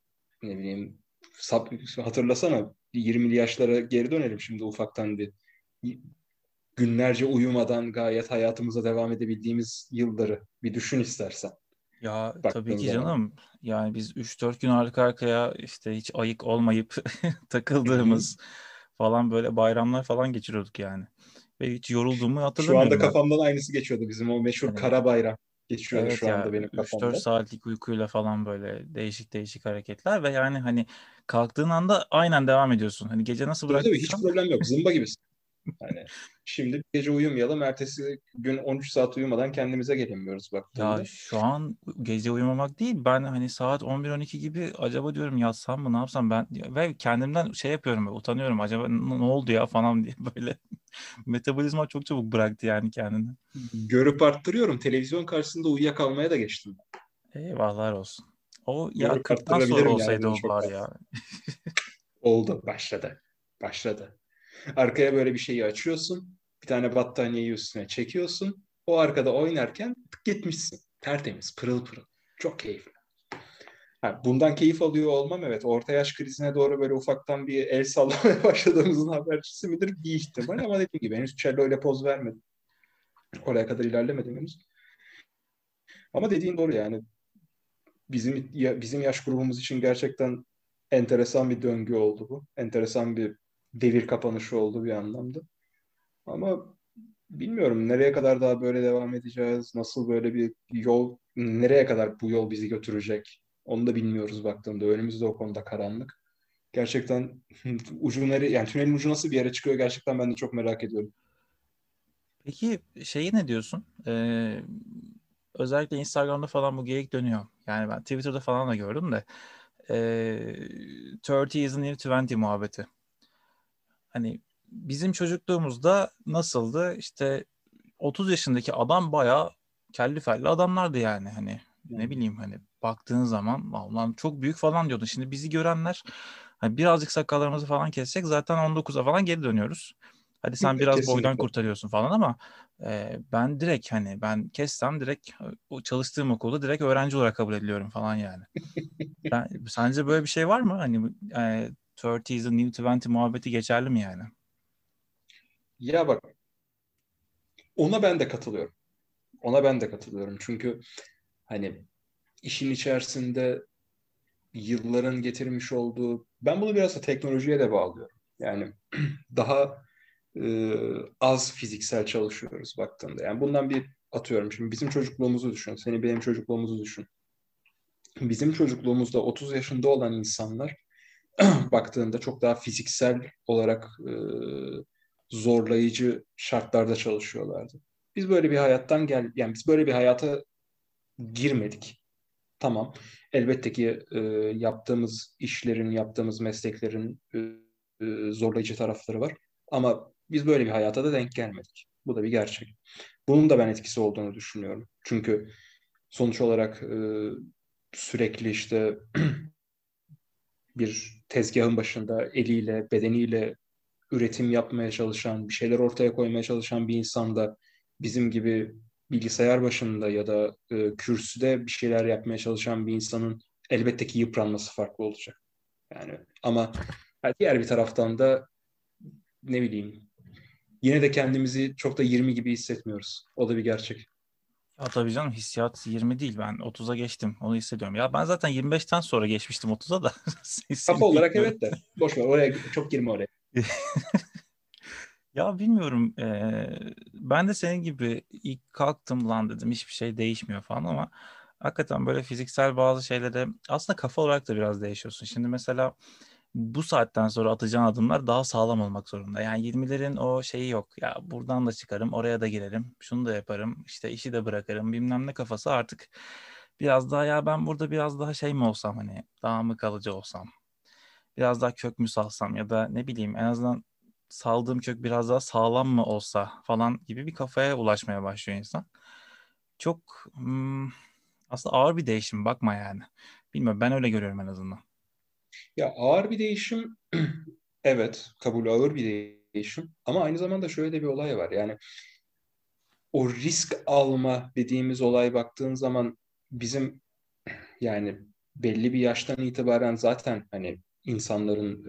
Speaker 2: ne bileyim, hatırlasana, 20'li yaşlara geri dönelim şimdi ufaktan bir. Günlerce uyumadan gayet hayatımıza devam edebildiğimiz yılları bir düşün istersen
Speaker 1: Ya tabii
Speaker 2: baktığın
Speaker 1: ki
Speaker 2: zaman.
Speaker 1: canım. Yani biz 3-4 gün arka arkaya işte hiç ayık olmayıp
Speaker 2: Hı hı.
Speaker 1: takıldığımız falan böyle bayramlar falan geçiriyorduk yani. Ve hiç yorulduğumu
Speaker 2: Şu anda
Speaker 1: hatırlamıyorum ben.
Speaker 2: kafamdan aynısı geçiyordu. Bizim o meşhur
Speaker 1: Hani
Speaker 2: Kara Bayram geçiyordu
Speaker 1: evet
Speaker 2: şu
Speaker 1: ya,
Speaker 2: anda benim
Speaker 1: 3-4
Speaker 2: kafamda.
Speaker 1: saatlik uykuyla falan böyle değişik değişik hareketler ve yani hani kalktığın anda aynen devam ediyorsun. Hani gece nasıl
Speaker 2: Tabii tabii, hiç
Speaker 1: bıraktıysan.
Speaker 2: problem yok. Zımba gibisin. Hani şimdi bir gece uyumayalım, ertesi gün 13 saat uyumadan kendimize gelemiyoruz
Speaker 1: Ya
Speaker 2: baktığında.
Speaker 1: şu an gece uyumamak değil, ben hani saat 11-12 gibi acaba diyorum yatsam mı ne yapsam ben, ve kendimden şey yapıyorum, böyle utanıyorum, acaba ne oldu ya falan diye böyle metabolizma çok çabuk bıraktı yani kendini.
Speaker 2: Görüp arttırıyorum. Televizyon karşısında uyuyakalmaya da geçtim.
Speaker 1: Eyvahlar olsun. O ya
Speaker 2: Görüp
Speaker 1: 40'tan sonra
Speaker 2: arttırabilirim yani
Speaker 1: olsaydı
Speaker 2: bunu
Speaker 1: o
Speaker 2: çok
Speaker 1: var
Speaker 2: rahat.
Speaker 1: ya.
Speaker 2: Oldu, başladı. Başladı. Arkaya böyle bir şeyi açıyorsun. Bir tane battaniyeyi üstüne çekiyorsun. O arkada oynarken tık gitmişsin. Tertemiz, pırıl pırıl. Çok keyifli. Ha, bundan keyif alıyor olmam, evet. Orta yaş krizine doğru böyle ufaktan bir el sallamaya başladığımızın habercisi midir? Bir ihtimal, ama dediğim gibi henüz cello ile poz vermedim. Oraya kadar ilerlemedim henüz. Ama dediğin doğru yani. Bizim yaş grubumuz için gerçekten enteresan bir döngü oldu bu. Enteresan bir devir kapanışı oldu bir anlamda. Ama bilmiyorum nereye kadar daha böyle devam edeceğiz. Nasıl böyle bir yol, nereye kadar bu yol bizi götürecek? Onu da bilmiyoruz baktığımda. Önümüzde o konuda karanlık. Gerçekten yani tünelin ucu nasıl bir yere çıkıyor, gerçekten ben de çok merak ediyorum.
Speaker 1: Peki şeyi ne diyorsun? Özellikle Instagram'da falan bu geyik dönüyor. Yani ben Twitter'da falan da gördüm de. 30 is the new 20 muhabbeti. Hani bizim çocukluğumuzda nasıldı? İşte 30 yaşındaki adam bayağı kelli felli adamlardı yani. Hani ne
Speaker 2: Yani
Speaker 1: bileyim, hani baktığın zaman ulan çok büyük falan diyordun. Şimdi bizi görenler hani birazcık sakallarımızı falan kessek zaten 19'a falan geri dönüyoruz. Hadi sen biraz boydan
Speaker 2: kesinlikle.
Speaker 1: kurtarıyorsun falan ama ben direkt, hani ben kessem direkt o çalıştığım okulda direkt öğrenci olarak kabul ediliyorum falan yani. Sence böyle bir şey var mı? Hani 30 is the new 20 muhabbeti geçerli mi yani?
Speaker 2: Ya bak, ona ben de katılıyorum. Ona ben de katılıyorum. Çünkü hani işin içerisinde yılların getirmiş olduğu, ben bunu biraz da teknolojiye de bağlıyorum. Yani daha az fiziksel çalışıyoruz baktığında. Yani bundan bir atıyorum, şimdi bizim çocukluğumuzu düşün. Senin benim çocukluğumuzu düşün. Bizim çocukluğumuzda 30 yaşında olan insanlar baktığında çok daha fiziksel olarak zorlayıcı şartlarda çalışıyorlardı. Biz böyle bir hayattan yani biz böyle bir hayata girmedik. Tamam. Elbette ki yaptığımız işlerin, yaptığımız mesleklerin zorlayıcı tarafları var. Ama biz böyle bir hayata da denk gelmedik. Bu da bir gerçek. Bunun da ben etkisi olduğunu düşünüyorum. Çünkü sonuç olarak sürekli işte bir tezgahın başında eliyle, bedeniyle üretim yapmaya çalışan, bir şeyler ortaya koymaya çalışan bir insan da bizim gibi bilgisayar başında ya da kürsüde bir şeyler yapmaya çalışan bir insanın elbette ki yıpranması farklı olacak. Yani ama diğer bir taraftan da ne bileyim, yine de kendimizi çok da 20 gibi hissetmiyoruz. O da bir gerçek.
Speaker 1: Ya tabii canım, hissiyat 20 değil, ben 30'a geçtim, onu hissediyorum. Ya ben zaten 25'ten sonra geçmiştim 30'a da seni
Speaker 2: Kafa olarak
Speaker 1: bilmiyorum.
Speaker 2: evet de boş ver, oraya çok girme oraya.
Speaker 1: Ya bilmiyorum, ben de senin gibi ilk kalktım lan dedim hiçbir şey değişmiyor falan ama hakikaten böyle fiziksel bazı şeylere aslında kafa olarak da biraz değişiyorsun. Şimdi mesela bu saatten sonra atacağın adımlar daha sağlam olmak zorunda. Yani 20'lerin o şeyi yok. Ya buradan da çıkarım, oraya da girerim, şunu da yaparım, işte işi de bırakırım bilmem ne kafası artık biraz daha, ya ben burada biraz daha şey mi olsam, hani daha mı kalıcı olsam, biraz daha kök mü salsam ya da ne bileyim en azından saldığım kök biraz daha sağlam mı olsa falan gibi bir kafaya ulaşmaya başlıyor insan. Çok aslında ağır bir değişim, bakma yani. Bilmiyorum, ben öyle görüyorum en azından.
Speaker 2: Ya ağır bir değişim, evet, kabul, ağır bir değişim, ama aynı zamanda şöyle de bir olay var. Yani o risk alma dediğimiz olay baktığın zaman bizim, yani belli bir yaştan itibaren zaten hani insanların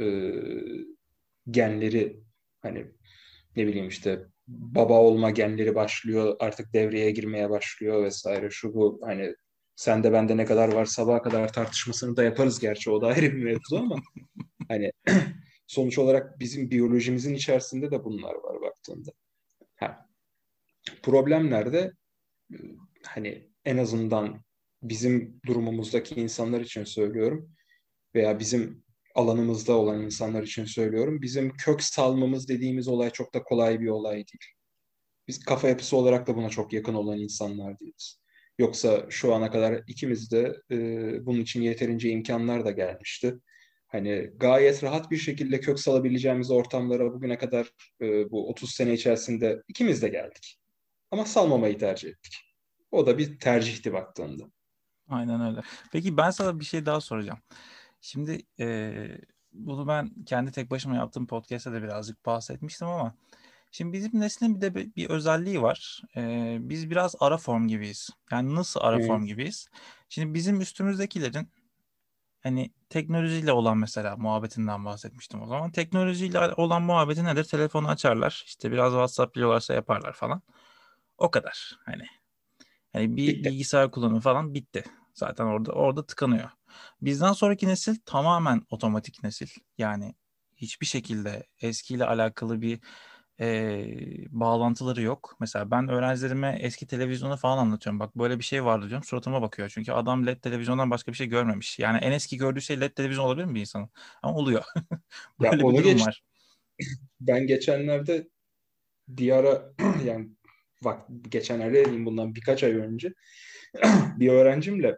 Speaker 2: genleri, hani ne bileyim işte baba olma genleri başlıyor, artık devreye girmeye başlıyor vesaire, şu bu, hani sende bende ne kadar var sabaha kadar tartışmasını da yaparız, gerçi o da ayrı bir mevzu, ama hani sonuç olarak bizim biyolojimizin içerisinde de bunlar var baktığında. Ha, problem nerede? Hani en azından bizim durumumuzdaki insanlar için söylüyorum veya bizim alanımızda olan insanlar için söylüyorum. Bizim kök salmamız dediğimiz olay çok da kolay bir olay değil. Biz kafa yapısı olarak da buna çok yakın olan insanlar değiliz. Yoksa şu ana kadar ikimiz de bunun için yeterince imkanlar da gelmişti. Hani gayet rahat bir şekilde kök salabileceğimiz ortamlara bugüne kadar bu 30 sene içerisinde ikimiz de geldik. Ama salmamayı tercih ettik. O da bir tercihti baktığında.
Speaker 1: Aynen öyle. Peki ben sana bir şey daha soracağım. Şimdi bunu ben kendi tek başıma yaptığım podcast'te de birazcık bahsetmiştim ama şimdi bizim neslin bir de bir özelliği var. Biz biraz ara form gibiyiz. Yani nasıl ara
Speaker 2: Hı.
Speaker 1: form gibiyiz? Şimdi bizim üstümüzdekilerin hani teknolojiyle olan mesela muhabbetinden bahsetmiştim o zaman. Teknolojiyle olan muhabbeti nedir? Telefonu açarlar. İşte biraz WhatsApp biliyorlarsa yaparlar falan. O kadar. Hani bir
Speaker 2: Bitti.
Speaker 1: bilgisayar kullanımı falan bitti. Zaten orada tıkanıyor. Bizden sonraki nesil tamamen otomatik nesil. Yani hiçbir şekilde eskiyle alakalı bir bağlantıları yok. Mesela ben öğrencilerime eski televizyonu falan anlatıyorum. Bak böyle bir şey vardı diyorum. Suratıma bakıyor. Çünkü adam LED televizyondan başka bir şey görmemiş. Yani en eski gördüğü şey LED televizyon olabilir mi bir insanın? Ama oluyor.
Speaker 2: Ya
Speaker 1: Böyle bir
Speaker 2: onu
Speaker 1: durum
Speaker 2: geç.
Speaker 1: var.
Speaker 2: Ben geçenlerde bir ara yani bak, geçenlerde dediğim bundan birkaç ay önce bir öğrencimle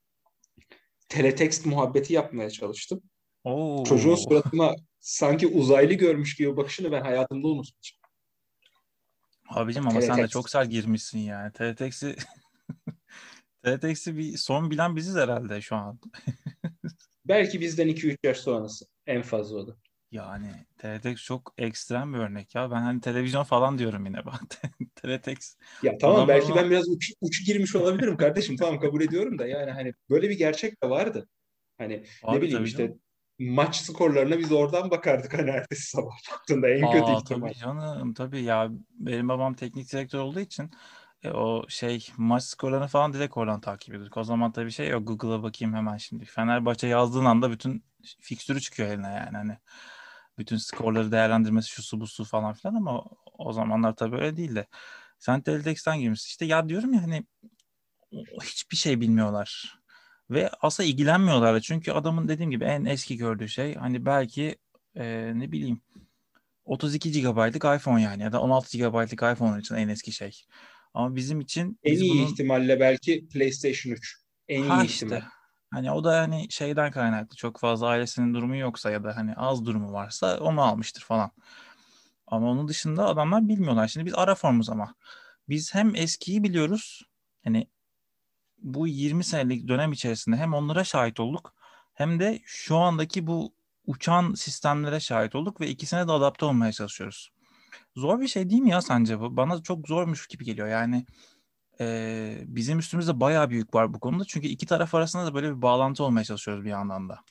Speaker 2: teletext muhabbeti yapmaya çalıştım. Çocuğun
Speaker 1: Oo.
Speaker 2: suratıma sanki uzaylı görmüş gibi bakışını ben hayatımda unutmayacağım.
Speaker 1: Abicim ama sen de çok
Speaker 2: Teletext.
Speaker 1: sert girmişsin yani. TRTX'i TRTX'i bir son bilen biziz herhalde şu an.
Speaker 2: Belki bizden 2-3 yaş sonrası. En fazla o da.
Speaker 1: Yani TRTX çok ekstrem bir örnek ya. Ben hani televizyon falan diyorum yine bak. TRTX
Speaker 2: Ya tamam,
Speaker 1: adamlar
Speaker 2: belki
Speaker 1: onu
Speaker 2: ben biraz uç girmiş olabilirim kardeşim. Tamam, kabul ediyorum da yani hani böyle bir gerçek de vardı. Hani ne
Speaker 1: vardı
Speaker 2: bileyim
Speaker 1: tabii
Speaker 2: işte
Speaker 1: canım.
Speaker 2: maç skorlarına biz oradan bakardık hani ertesi sabah baktığında en kötü
Speaker 1: Aa
Speaker 2: ihtimal.
Speaker 1: tabii canım tabii ya benim babam teknik direktör olduğu için o şey maç skorlarını falan direkt oradan takip ediyorduk. O zaman tabii şey yok Google'a bakayım hemen şimdi. Fenerbahçe yazdığın anda bütün fikstürü çıkıyor eline yani hani bütün skorları değerlendirmesi şu su bu su falan filan ama o zamanlar tabii öyle değildi. Sen Teletext'ten girmişsin işte ya diyorum ya hani hiçbir şey bilmiyorlar. Ve asla ilgilenmiyorlar da. Çünkü adamın dediğim gibi en eski gördüğü şey hani belki ne bileyim 32 GB'lık iPhone yani ya da 16 GB'lık iPhone için en eski şey. Ama bizim için
Speaker 2: En
Speaker 1: biz
Speaker 2: iyi
Speaker 1: bunun
Speaker 2: ihtimalle belki PlayStation 3. En
Speaker 1: ha
Speaker 2: iyi
Speaker 1: işte
Speaker 2: ihtimal.
Speaker 1: hani o da hani şeyden kaynaklı çok fazla ailesinin durumu yoksa ya da hani az durumu varsa onu almıştır falan. Ama onun dışında adamlar bilmiyorlar. Şimdi biz ara formuz ama biz hem eskiyi biliyoruz hani bu 20 senelik dönem içerisinde hem onlara şahit olduk hem de şu andaki bu uçan sistemlere şahit olduk ve ikisine de adapte olmaya çalışıyoruz. Zor bir şey değil mi ya sence bu? Bana çok zormuş gibi geliyor. Yani bizim üstümüzde bayağı bir yük var bu konuda. Çünkü iki taraf arasında da böyle bir bağlantı olmaya çalışıyoruz bir yandan da.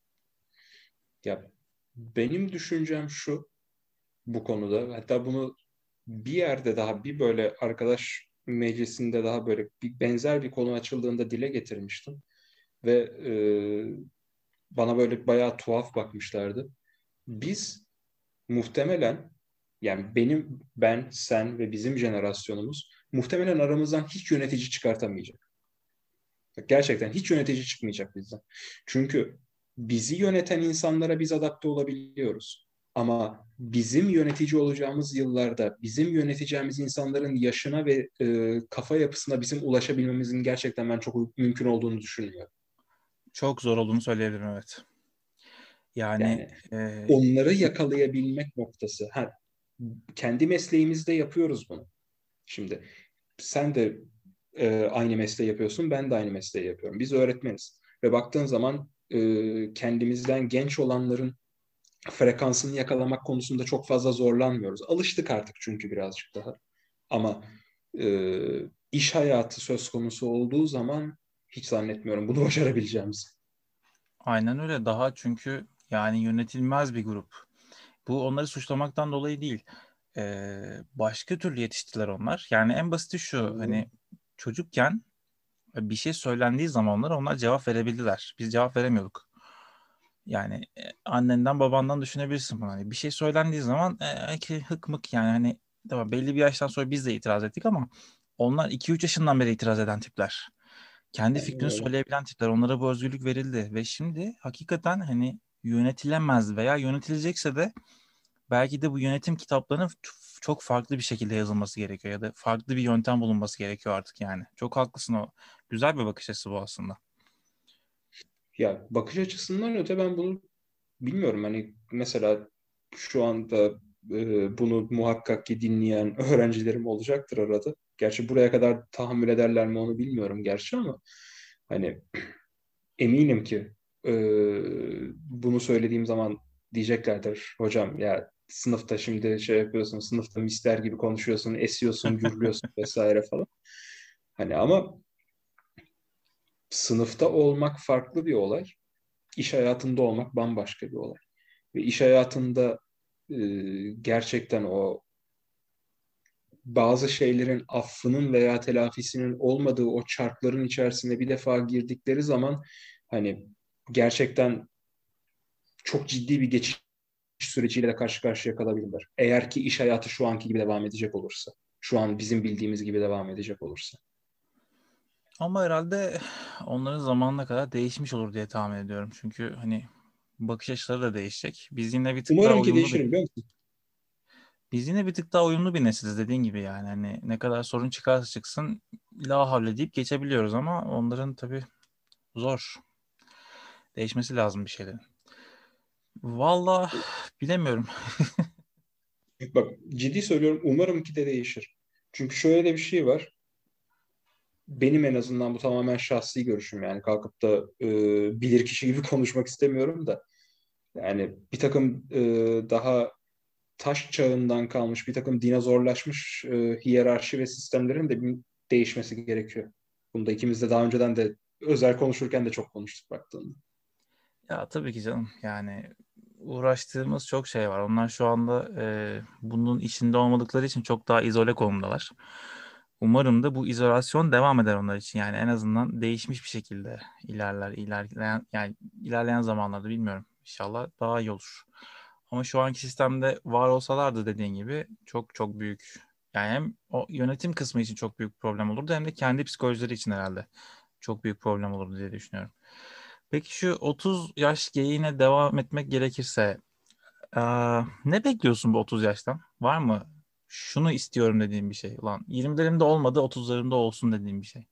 Speaker 2: Ya benim düşüncem şu bu konuda. Hatta bunu bir yerde daha, bir böyle arkadaş meclisinde daha böyle bir benzer bir konu açıldığında dile getirmiştim. Ve bana böyle bayağı tuhaf bakmışlardı. Biz muhtemelen, yani ben, sen ve bizim jenerasyonumuz muhtemelen aramızdan hiç yönetici çıkartamayacak. Gerçekten hiç yönetici çıkmayacak bizden. Çünkü bizi yöneten insanlara biz adapte olabiliyoruz. Ama bizim yönetici olacağımız yıllarda bizim yöneteceğimiz insanların yaşına ve kafa yapısına bizim ulaşabilmemizin gerçekten ben çok mümkün olduğunu düşünmüyorum.
Speaker 1: Çok zor olduğunu söyleyebilirim evet. Yani
Speaker 2: Yani onları yakalayabilmek noktası. Ha, kendi mesleğimizde yapıyoruz bunu. Şimdi sen de aynı mesleği yapıyorsun, ben de aynı mesleği yapıyorum. Biz öğretmeniz. Ve baktığın zaman kendimizden genç olanların frekansını yakalamak konusunda çok fazla zorlanmıyoruz. Alıştık artık çünkü birazcık daha. Ama iş hayatı söz konusu olduğu zaman hiç zannetmiyorum bunu başarabileceğimizi.
Speaker 1: Aynen öyle. Daha çünkü yani yönetilmez bir grup. Bu onları suçlamaktan dolayı değil. Başka türlü yetiştiler onlar. Yani en basiti şu,
Speaker 2: Anladım.
Speaker 1: hani çocukken bir şey söylendiği zaman onlar cevap verebildiler. Biz cevap veremiyorduk. Yani annenden babandan düşünebilirsin bunu. Hani bir şey söylendiği zaman ki hık mık yani hani tamam belli bir yaştan sonra biz de itiraz ettik ama onlar 2-3 yaşından beri itiraz eden tipler. Kendi
Speaker 2: Aynen
Speaker 1: fikrini
Speaker 2: öyle.
Speaker 1: söyleyebilen tipler. Onlara bu özgürlük verildi ve şimdi hakikaten hani yönetilemez veya yönetilecekse de belki de bu yönetim kitaplarının çok farklı bir şekilde yazılması gerekiyor ya da farklı bir yöntem bulunması gerekiyor artık yani. Çok haklısın o. Güzel bir bakış açısı bu aslında.
Speaker 2: Ya bakış açısından öte ben bunu bilmiyorum. Hani mesela şu anda bunu muhakkak ki dinleyen öğrencilerim olacaktır arada. Gerçi buraya kadar tahammül ederler mi onu bilmiyorum gerçi ama hani eminim ki e, bunu söylediğim zaman diyeceklerdir. Hocam ya sınıfta şimdi şey yapıyorsun, sınıfta mister gibi konuşuyorsun, esiyorsun, gürlüyorsun vesaire falan. Hani ama sınıfta olmak farklı bir olay. İş hayatında olmak bambaşka bir olay. Ve iş hayatında e, gerçekten o bazı şeylerin affının veya telafisinin olmadığı o çarkların içerisine bir defa girdikleri zaman hani gerçekten çok ciddi bir geçiş süreciyle de karşı karşıya kalabilirler. Eğer ki iş hayatı şu anki gibi devam edecek olursa. Şu an bizim bildiğimiz gibi devam edecek olursa.
Speaker 1: Ama herhalde onların zamanına kadar değişmiş olur diye tahmin ediyorum. Çünkü hani bakış açıları da değişecek.
Speaker 2: Umarım ki değişir biliyor musun?
Speaker 1: Biz yine bir tık daha uyumlu bir nesiliz dediğin gibi yani. Hani ne kadar sorun çıkarsa çıksın la havle deyip geçebiliyoruz ama onların tabii zor. Değişmesi lazım bir şeylerin. Vallahi bilemiyorum.
Speaker 2: Bak ciddi söylüyorum umarım ki de değişir. Çünkü şöyle de bir şey var. Benim en azından bu tamamen şahsi görüşüm yani kalkıp da bilir kişi gibi konuşmak istemiyorum da yani bir takım daha taş çağından kalmış bir takım dinozorlaşmış hiyerarşi ve sistemlerin de bir değişmesi gerekiyor. Bunda ikimiz de daha önceden de özel konuşurken de çok konuştuk baktığında.
Speaker 1: Ya tabii ki canım yani uğraştığımız çok şey var. Onlar şu anda bunun içinde olmadıkları için çok daha izole konumdalar. Umarım da bu izolasyon devam eder onlar için. Yani en azından değişmiş bir şekilde ilerleyen zamanlarda bilmiyorum. İnşallah daha iyi olur. Ama şu anki sistemde var olsalardı dediğin gibi çok çok büyük. Yani hem o yönetim kısmı için çok büyük problem olurdu hem de kendi psikolojileri için herhalde çok büyük problem olurdu diye düşünüyorum. Peki şu 30 yaş geyiğine devam etmek gerekirse ne bekliyorsun bu 30 yaştan? Var mı? Şunu istiyorum dediğim bir şey. Ulan 20'lerimde olmadı 30'larımda olsun dediğim bir şey.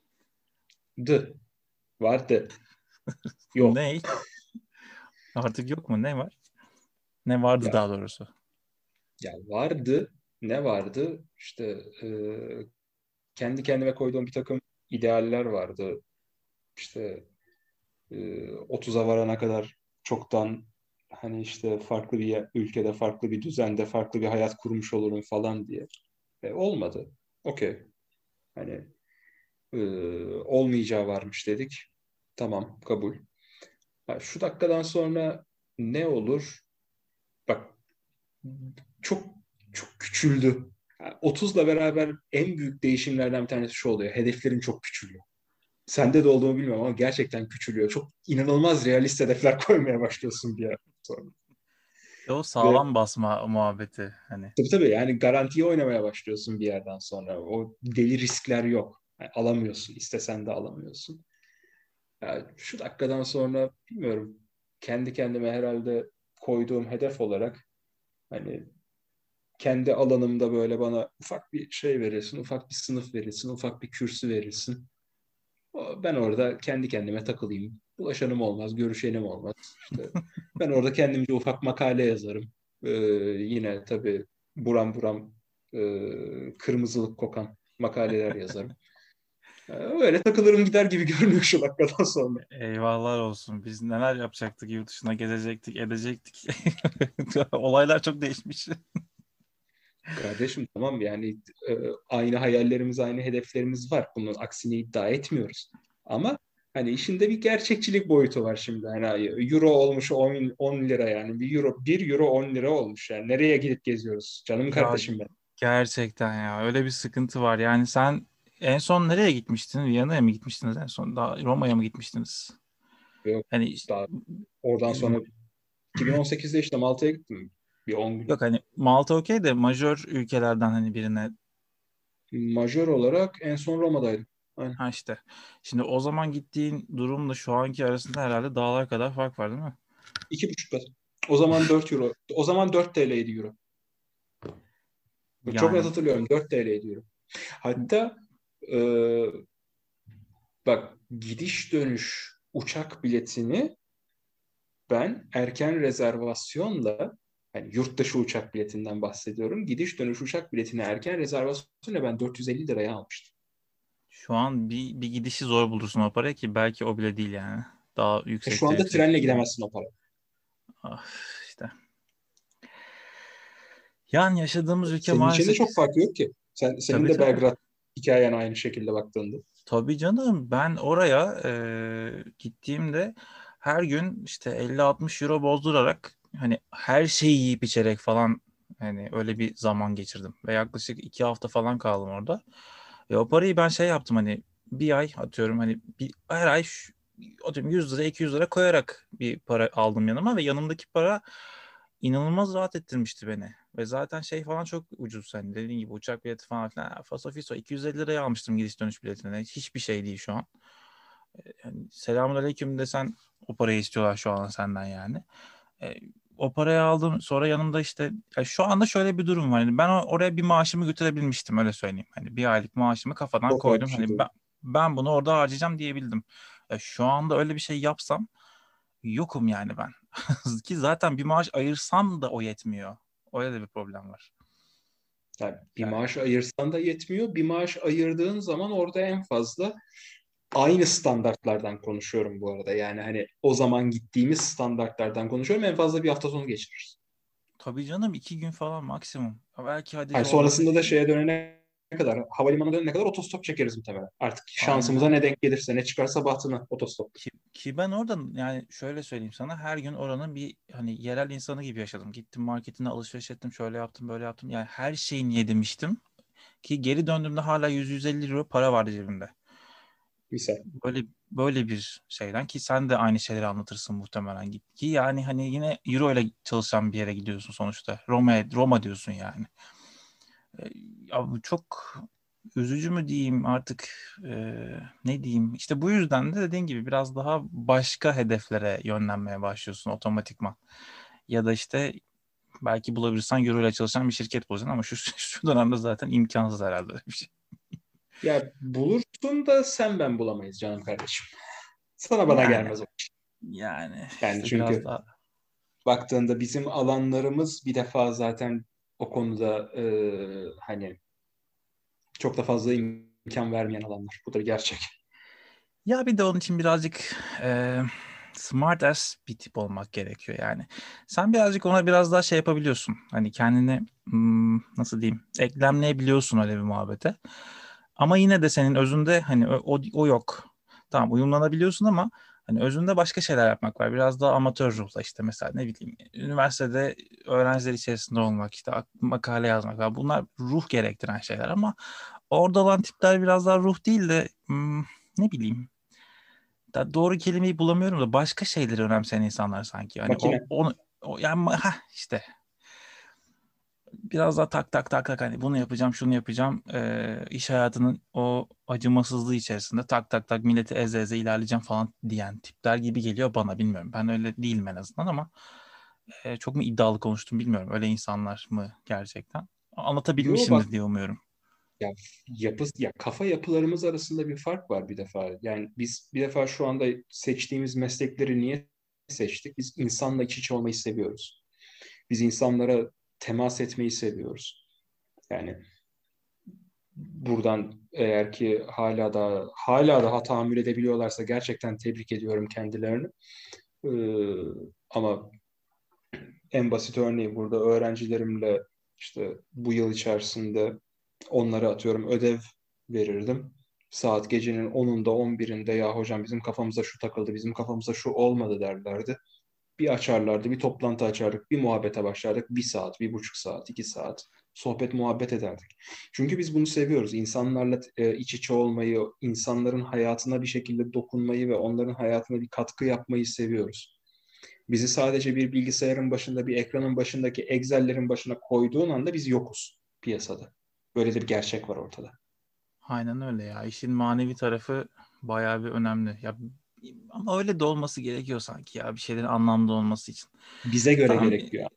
Speaker 2: Vardı. Yok.
Speaker 1: Ne? Artık yok mu? Ne var? Ne vardı
Speaker 2: Ya,
Speaker 1: daha doğrusu.
Speaker 2: ya vardı. Ne vardı? İşte kendi kendime koyduğum bir takım idealler vardı. İşte 30'a varana kadar çoktan hani işte farklı bir ülkede, farklı bir düzende, farklı bir hayat kurmuş olurum falan diye. Olmadı. Okey. Hani e, olmayacağı varmış dedik. Tamam, kabul. Ha, şu dakikadan sonra ne olur? Bak çok çok küçüldü. Yani 30'la beraber en büyük değişimlerden bir tanesi şu oluyor. Hedeflerin çok küçülüyor. Sende de olduğunu bilmiyorum ama gerçekten küçülüyor. Çok inanılmaz realist hedefler koymaya başlıyorsun bir yerden sonra.
Speaker 1: O
Speaker 2: Ve
Speaker 1: sağlam basma muhabbeti hani.
Speaker 2: tabii yani garantiye oynamaya başlıyorsun bir yerden sonra. O deli riskler yok. Yani alamıyorsun. İstesen de alamıyorsun. Yani şu dakikadan sonra bilmiyorum. Kendi kendime herhalde koyduğum hedef olarak hani kendi alanımda böyle bana ufak bir şey verilsin, ufak bir sınıf verilsin, ufak bir kürsü verilsin. Ben orada kendi kendime takılayım. Bulaşanım olmaz, görüşenim olmaz. İşte ben orada kendimce ufak makale yazarım. Yine tabii buram buram kırmızılık kokan makaleler yazarım. Öyle takılırım gider gibi görünüyor şu dakikadan sonra.
Speaker 1: Eyvallah olsun. Biz neler yapacaktık, yurt dışına gezecektik, edecektik. Olaylar çok değişmiş.
Speaker 2: Kardeşim tamam yani aynı hayallerimiz, aynı hedeflerimiz var. Bunun aksini iddia etmiyoruz. Ama Hani işinde bir gerçekçilik boyutu var şimdi. Hani euro olmuş 10 lira yani. Bir euro 10 lira olmuş yani. Nereye gidip geziyoruz? Canım
Speaker 1: Ya
Speaker 2: kardeşim benim.
Speaker 1: gerçekten ya öyle bir sıkıntı var. Yani sen en son nereye gitmiştin? Viyana'ya mı gitmiştiniz en son? Daha Roma'ya mı gitmiştiniz?
Speaker 2: Yok
Speaker 1: Hani
Speaker 2: daha oradan sonra 2018'de işte Malta'ya gittim. Bir 10 gün.
Speaker 1: yok hani Malta okey de majör ülkelerden hani birine.
Speaker 2: Majör olarak en son Roma'daydım. Aynen.
Speaker 1: Ha işte. Şimdi o zaman gittiğin durumla şu anki arasında herhalde dağlar kadar fark var değil mi?
Speaker 2: 2,5 kat. O zaman 4 euro. O zaman 4 TL'ydi euro. Çok net
Speaker 1: Yani
Speaker 2: hatırlıyorum. 4 TL'ydi euro. Hatta e, bak gidiş dönüş uçak biletini ben erken rezervasyonla, hani yurt dışı uçak biletinden bahsediyorum. Gidiş dönüş uçak biletini erken rezervasyonla ben 450 liraya almıştım.
Speaker 1: şu an bir gidişi zor bulursun o parayı ki belki o bile değil yani. Daha
Speaker 2: Şu
Speaker 1: yüksekte
Speaker 2: anda
Speaker 1: yüksek.
Speaker 2: trenle gidemezsin o para.
Speaker 1: Ah, işte. Yani yaşadığımız ülke
Speaker 2: Senin için de
Speaker 1: maalesef.
Speaker 2: çok farkı yok ki. Senin
Speaker 1: Tabii
Speaker 2: de
Speaker 1: tabii.
Speaker 2: Belgrad hikayen aynı şekilde baktığında.
Speaker 1: Tabii canım ben oraya gittiğimde her gün işte 50-60 euro bozdurarak hani her şeyi yiyip içerek falan hani öyle bir zaman geçirdim. Ve yaklaşık 2 hafta falan kaldım orada. Ve o parayı ben şey yaptım hani bir ay atıyorum hani her ay atıyorum 100 lira 200 lira koyarak bir para aldım yanıma ve yanımdaki para inanılmaz rahat ettirmişti beni. Ve zaten şey falan çok ucuz hani dediğin gibi uçak bileti falan filan. Faso fiso 250 liraya almıştım gidiş dönüş biletine. Hiçbir şey değil şu an. Yani selamünaleyküm desen o parayı istiyorlar şu an senden yani. E, O parayı aldım sonra yanımda işte ya şu anda şöyle bir durum var. Yani ben oraya bir maaşımı götürebilmiştim öyle söyleyeyim. Hani bir aylık maaşımı kafadan
Speaker 2: Çok rahat bir
Speaker 1: koydum. Hani
Speaker 2: şekilde.
Speaker 1: ben bunu orada harcayacağım diyebildim. Şu anda öyle bir şey yapsam yokum yani ben. Ki zaten bir maaş ayırsam da o yetmiyor. Öyle de bir problem var.
Speaker 2: Yani bir
Speaker 1: Yani
Speaker 2: maaş ayırsan da yetmiyor. Bir maaş ayırdığın zaman orada en fazla aynı standartlardan konuşuyorum bu arada. Yani hani o zaman gittiğimiz standartlardan konuşuyorum. En fazla bir hafta sonu geçiririz.
Speaker 1: tabii canım 2 gün falan maksimum. Belki hadi
Speaker 2: Hani
Speaker 1: zorla
Speaker 2: sonrasında da
Speaker 1: 3 gün.
Speaker 2: şeye dönene kadar, havalimanına dönene kadar otostop çekeriz muhtemelen. Artık şansımıza
Speaker 1: Aynen.
Speaker 2: ne denk gelirse, ne çıkarsa bahtına otostop.
Speaker 1: Ki ben orada yani şöyle söyleyeyim sana her gün oranın bir hani yerel insanı gibi yaşadım. Gittim marketine alışveriş ettim şöyle yaptım böyle yaptım. Yani her şeyini yedim içtim. Ki geri döndüğümde hala 100-150 euro para vardı cebimde.
Speaker 2: Misal.
Speaker 1: Böyle bir şeyden ki sen de aynı şeyleri anlatırsın muhtemelen git. Ki yani hani yine euro ile çalışan bir yere gidiyorsun sonuçta. Roma diyorsun yani. E, Ya bu çok üzücü mü diyeyim artık ne diyeyim. İşte bu yüzden de dediğin gibi biraz daha başka hedeflere yönlenmeye başlıyorsun otomatikman. Ya da işte belki bulabilirsen euro ile çalışan bir şirket bulacaksın ama şu dönemde zaten imkansız herhalde öyle bir şey.
Speaker 2: Ya bulursun da sen ben bulamayız canım kardeşim. Sana bana
Speaker 1: Yani
Speaker 2: gelmez o.
Speaker 1: yani
Speaker 2: Yani
Speaker 1: işte biraz
Speaker 2: çünkü
Speaker 1: daha
Speaker 2: baktığında bizim alanlarımız bir defa zaten o konuda hani çok da fazla imkan vermeyen alanlar. Bu da bir gerçek.
Speaker 1: ya bir de onun için birazcık smart ass bir tip olmak gerekiyor yani. Sen birazcık ona biraz daha şey yapabiliyorsun. Hani kendini nasıl diyeyim eklemleyebiliyorsun öyle bir muhabbete. Ama yine de senin özünde hani o yok. Tamam uyumlanabiliyorsun ama hani özünde başka şeyler yapmak var. Biraz daha amatör ruhla işte mesela ne bileyim üniversitede öğrenciler içerisinde olmak işte makale yazmak falan. Bunlar ruh gerektiren şeyler ama orada olan tipler biraz daha ruh değil de ne bileyim doğru kelimeyi bulamıyorum da başka şeyleri önemseyen insanlar sanki. Hani
Speaker 2: Makine.
Speaker 1: yani işte biraz daha tak tak tak tak hani bunu yapacağım şunu yapacağım iş hayatının o acımasızlığı içerisinde tak tak tak milleti eze eze ilerleyeceğim falan diyen tipler gibi geliyor bana bilmiyorum. Ben öyle değilim en azından ama çok mu iddialı konuştum bilmiyorum. Öyle insanlar mı gerçekten?
Speaker 2: Yo bak
Speaker 1: Anlatabilmişimdir diye umuyorum.
Speaker 2: ya ya kafa yapılarımız arasında bir fark var bir defa. Yani biz bir defa şu anda seçtiğimiz meslekleri niye seçtik? Biz insanla iç içe olmayı seviyoruz. Biz insanlara temas etmeyi seviyoruz. Yani buradan eğer ki hala daha tahammül edebiliyorlarsa gerçekten tebrik ediyorum kendilerini. Ama en basit örneği burada öğrencilerimle işte bu yıl içerisinde onlara atıyorum ödev verirdim. Saat gecenin 10'unda 11'inde ya hocam bizim kafamıza şu takıldı, bizim kafamıza şu olmadı derlerdi. Bir açarlardı, bir toplantı açardık, bir muhabbete başlardık. 1 saat, 1,5 saat, 2 saat sohbet muhabbet ederdik. Çünkü biz bunu seviyoruz. İnsanlarla iç içe olmayı, insanların hayatına bir şekilde dokunmayı ve onların hayatına bir katkı yapmayı seviyoruz. Bizi sadece bir bilgisayarın başında, bir ekranın başındaki Excel'lerin başına koyduğun anda biz yokuz piyasada. Böyle de bir gerçek var ortada.
Speaker 1: Aynen öyle ya. İşin manevi tarafı bayağı bir önemli. Ya ama öyle de olması gerekiyor sanki ya, bir şeylerin anlamlı olması için.
Speaker 2: Bize göre
Speaker 1: Tamam.
Speaker 2: gerekiyor.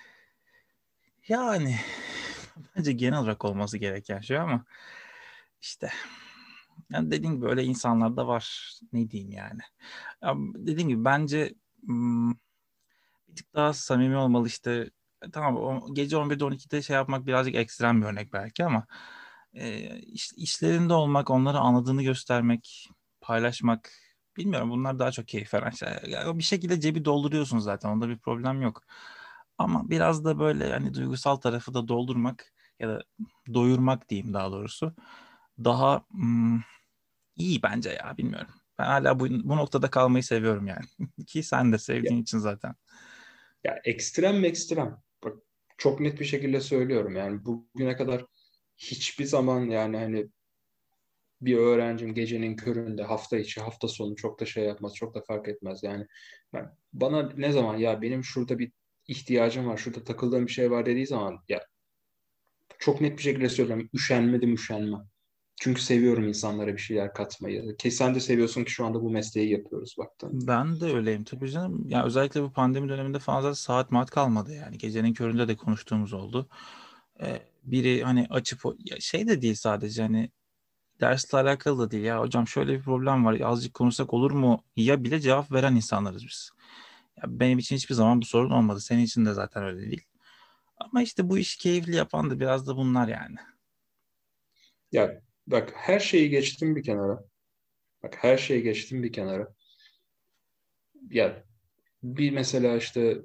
Speaker 1: Yani bence genel olarak olması gereken şey ama işte yani dediğim gibi öyle insanlar da var. Ne diyeyim yani. Ya dediğim gibi bence bir tık daha samimi olmalı işte. Tamam, o gece 11'de 12'de şey yapmak birazcık ekstrem bir örnek belki ama işlerinde olmak, onları anladığını göstermek, paylaşmak, bilmiyorum, bunlar daha çok keyif veren şeyler. Yani bir şekilde cebi dolduruyorsun zaten, onda bir problem yok. Ama biraz da böyle hani duygusal tarafı da doldurmak ya da doyurmak diyeyim daha doğrusu. Daha iyi bence ya, bilmiyorum. Ben hala bu noktada kalmayı seviyorum yani. Ki sen de
Speaker 2: Ya,
Speaker 1: sevdiğin için zaten.
Speaker 2: ya ekstrem mi ekstrem? Bak, çok net bir şekilde söylüyorum. Yani bugüne kadar hiçbir zaman yani hani bir öğrencim gecenin köründe hafta içi hafta sonu çok da şey yapmaz, çok da fark etmez. Yani bana ne zaman ya benim şurada bir ihtiyacım var, şurada takıldığım bir şey var dediği zaman ya çok net bir şekilde söylüyorum. Üşenmedim, üşenmem. Çünkü seviyorum insanlara bir şeyler katmayı. Ki sen de seviyorsun ki şu anda bu mesleği yapıyoruz baktığında.
Speaker 1: Ben de öyleyim tabii canım. Ya özellikle bu pandemi döneminde fazla saat maat kalmadı yani. Gecenin köründe de konuştuğumuz oldu. Biri hani açıp ya şey de değil, sadece hani dersle alakalı da değil. Ya hocam şöyle bir problem var, azıcık konuşsak olur mu ya bile cevap veren insanlarız biz. Ya benim için hiçbir zaman bu sorun olmadı. Senin için de zaten öyle değil. Ama işte bu işi keyifli yapan da biraz da bunlar yani.
Speaker 2: Ya bak her şeyi geçtim bir kenara. Bak her şeyi geçtim bir kenara. Ya bir mesela işte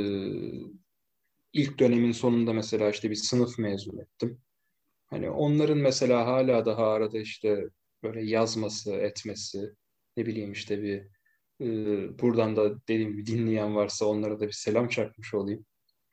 Speaker 2: ilk dönemin sonunda mesela işte bir sınıf mezun ettim. Hani onların mesela hala daha arada işte böyle yazması, etmesi, ne bileyim işte bir buradan da dediğim gibi dinleyen varsa onlara da bir selam çakmış olayım.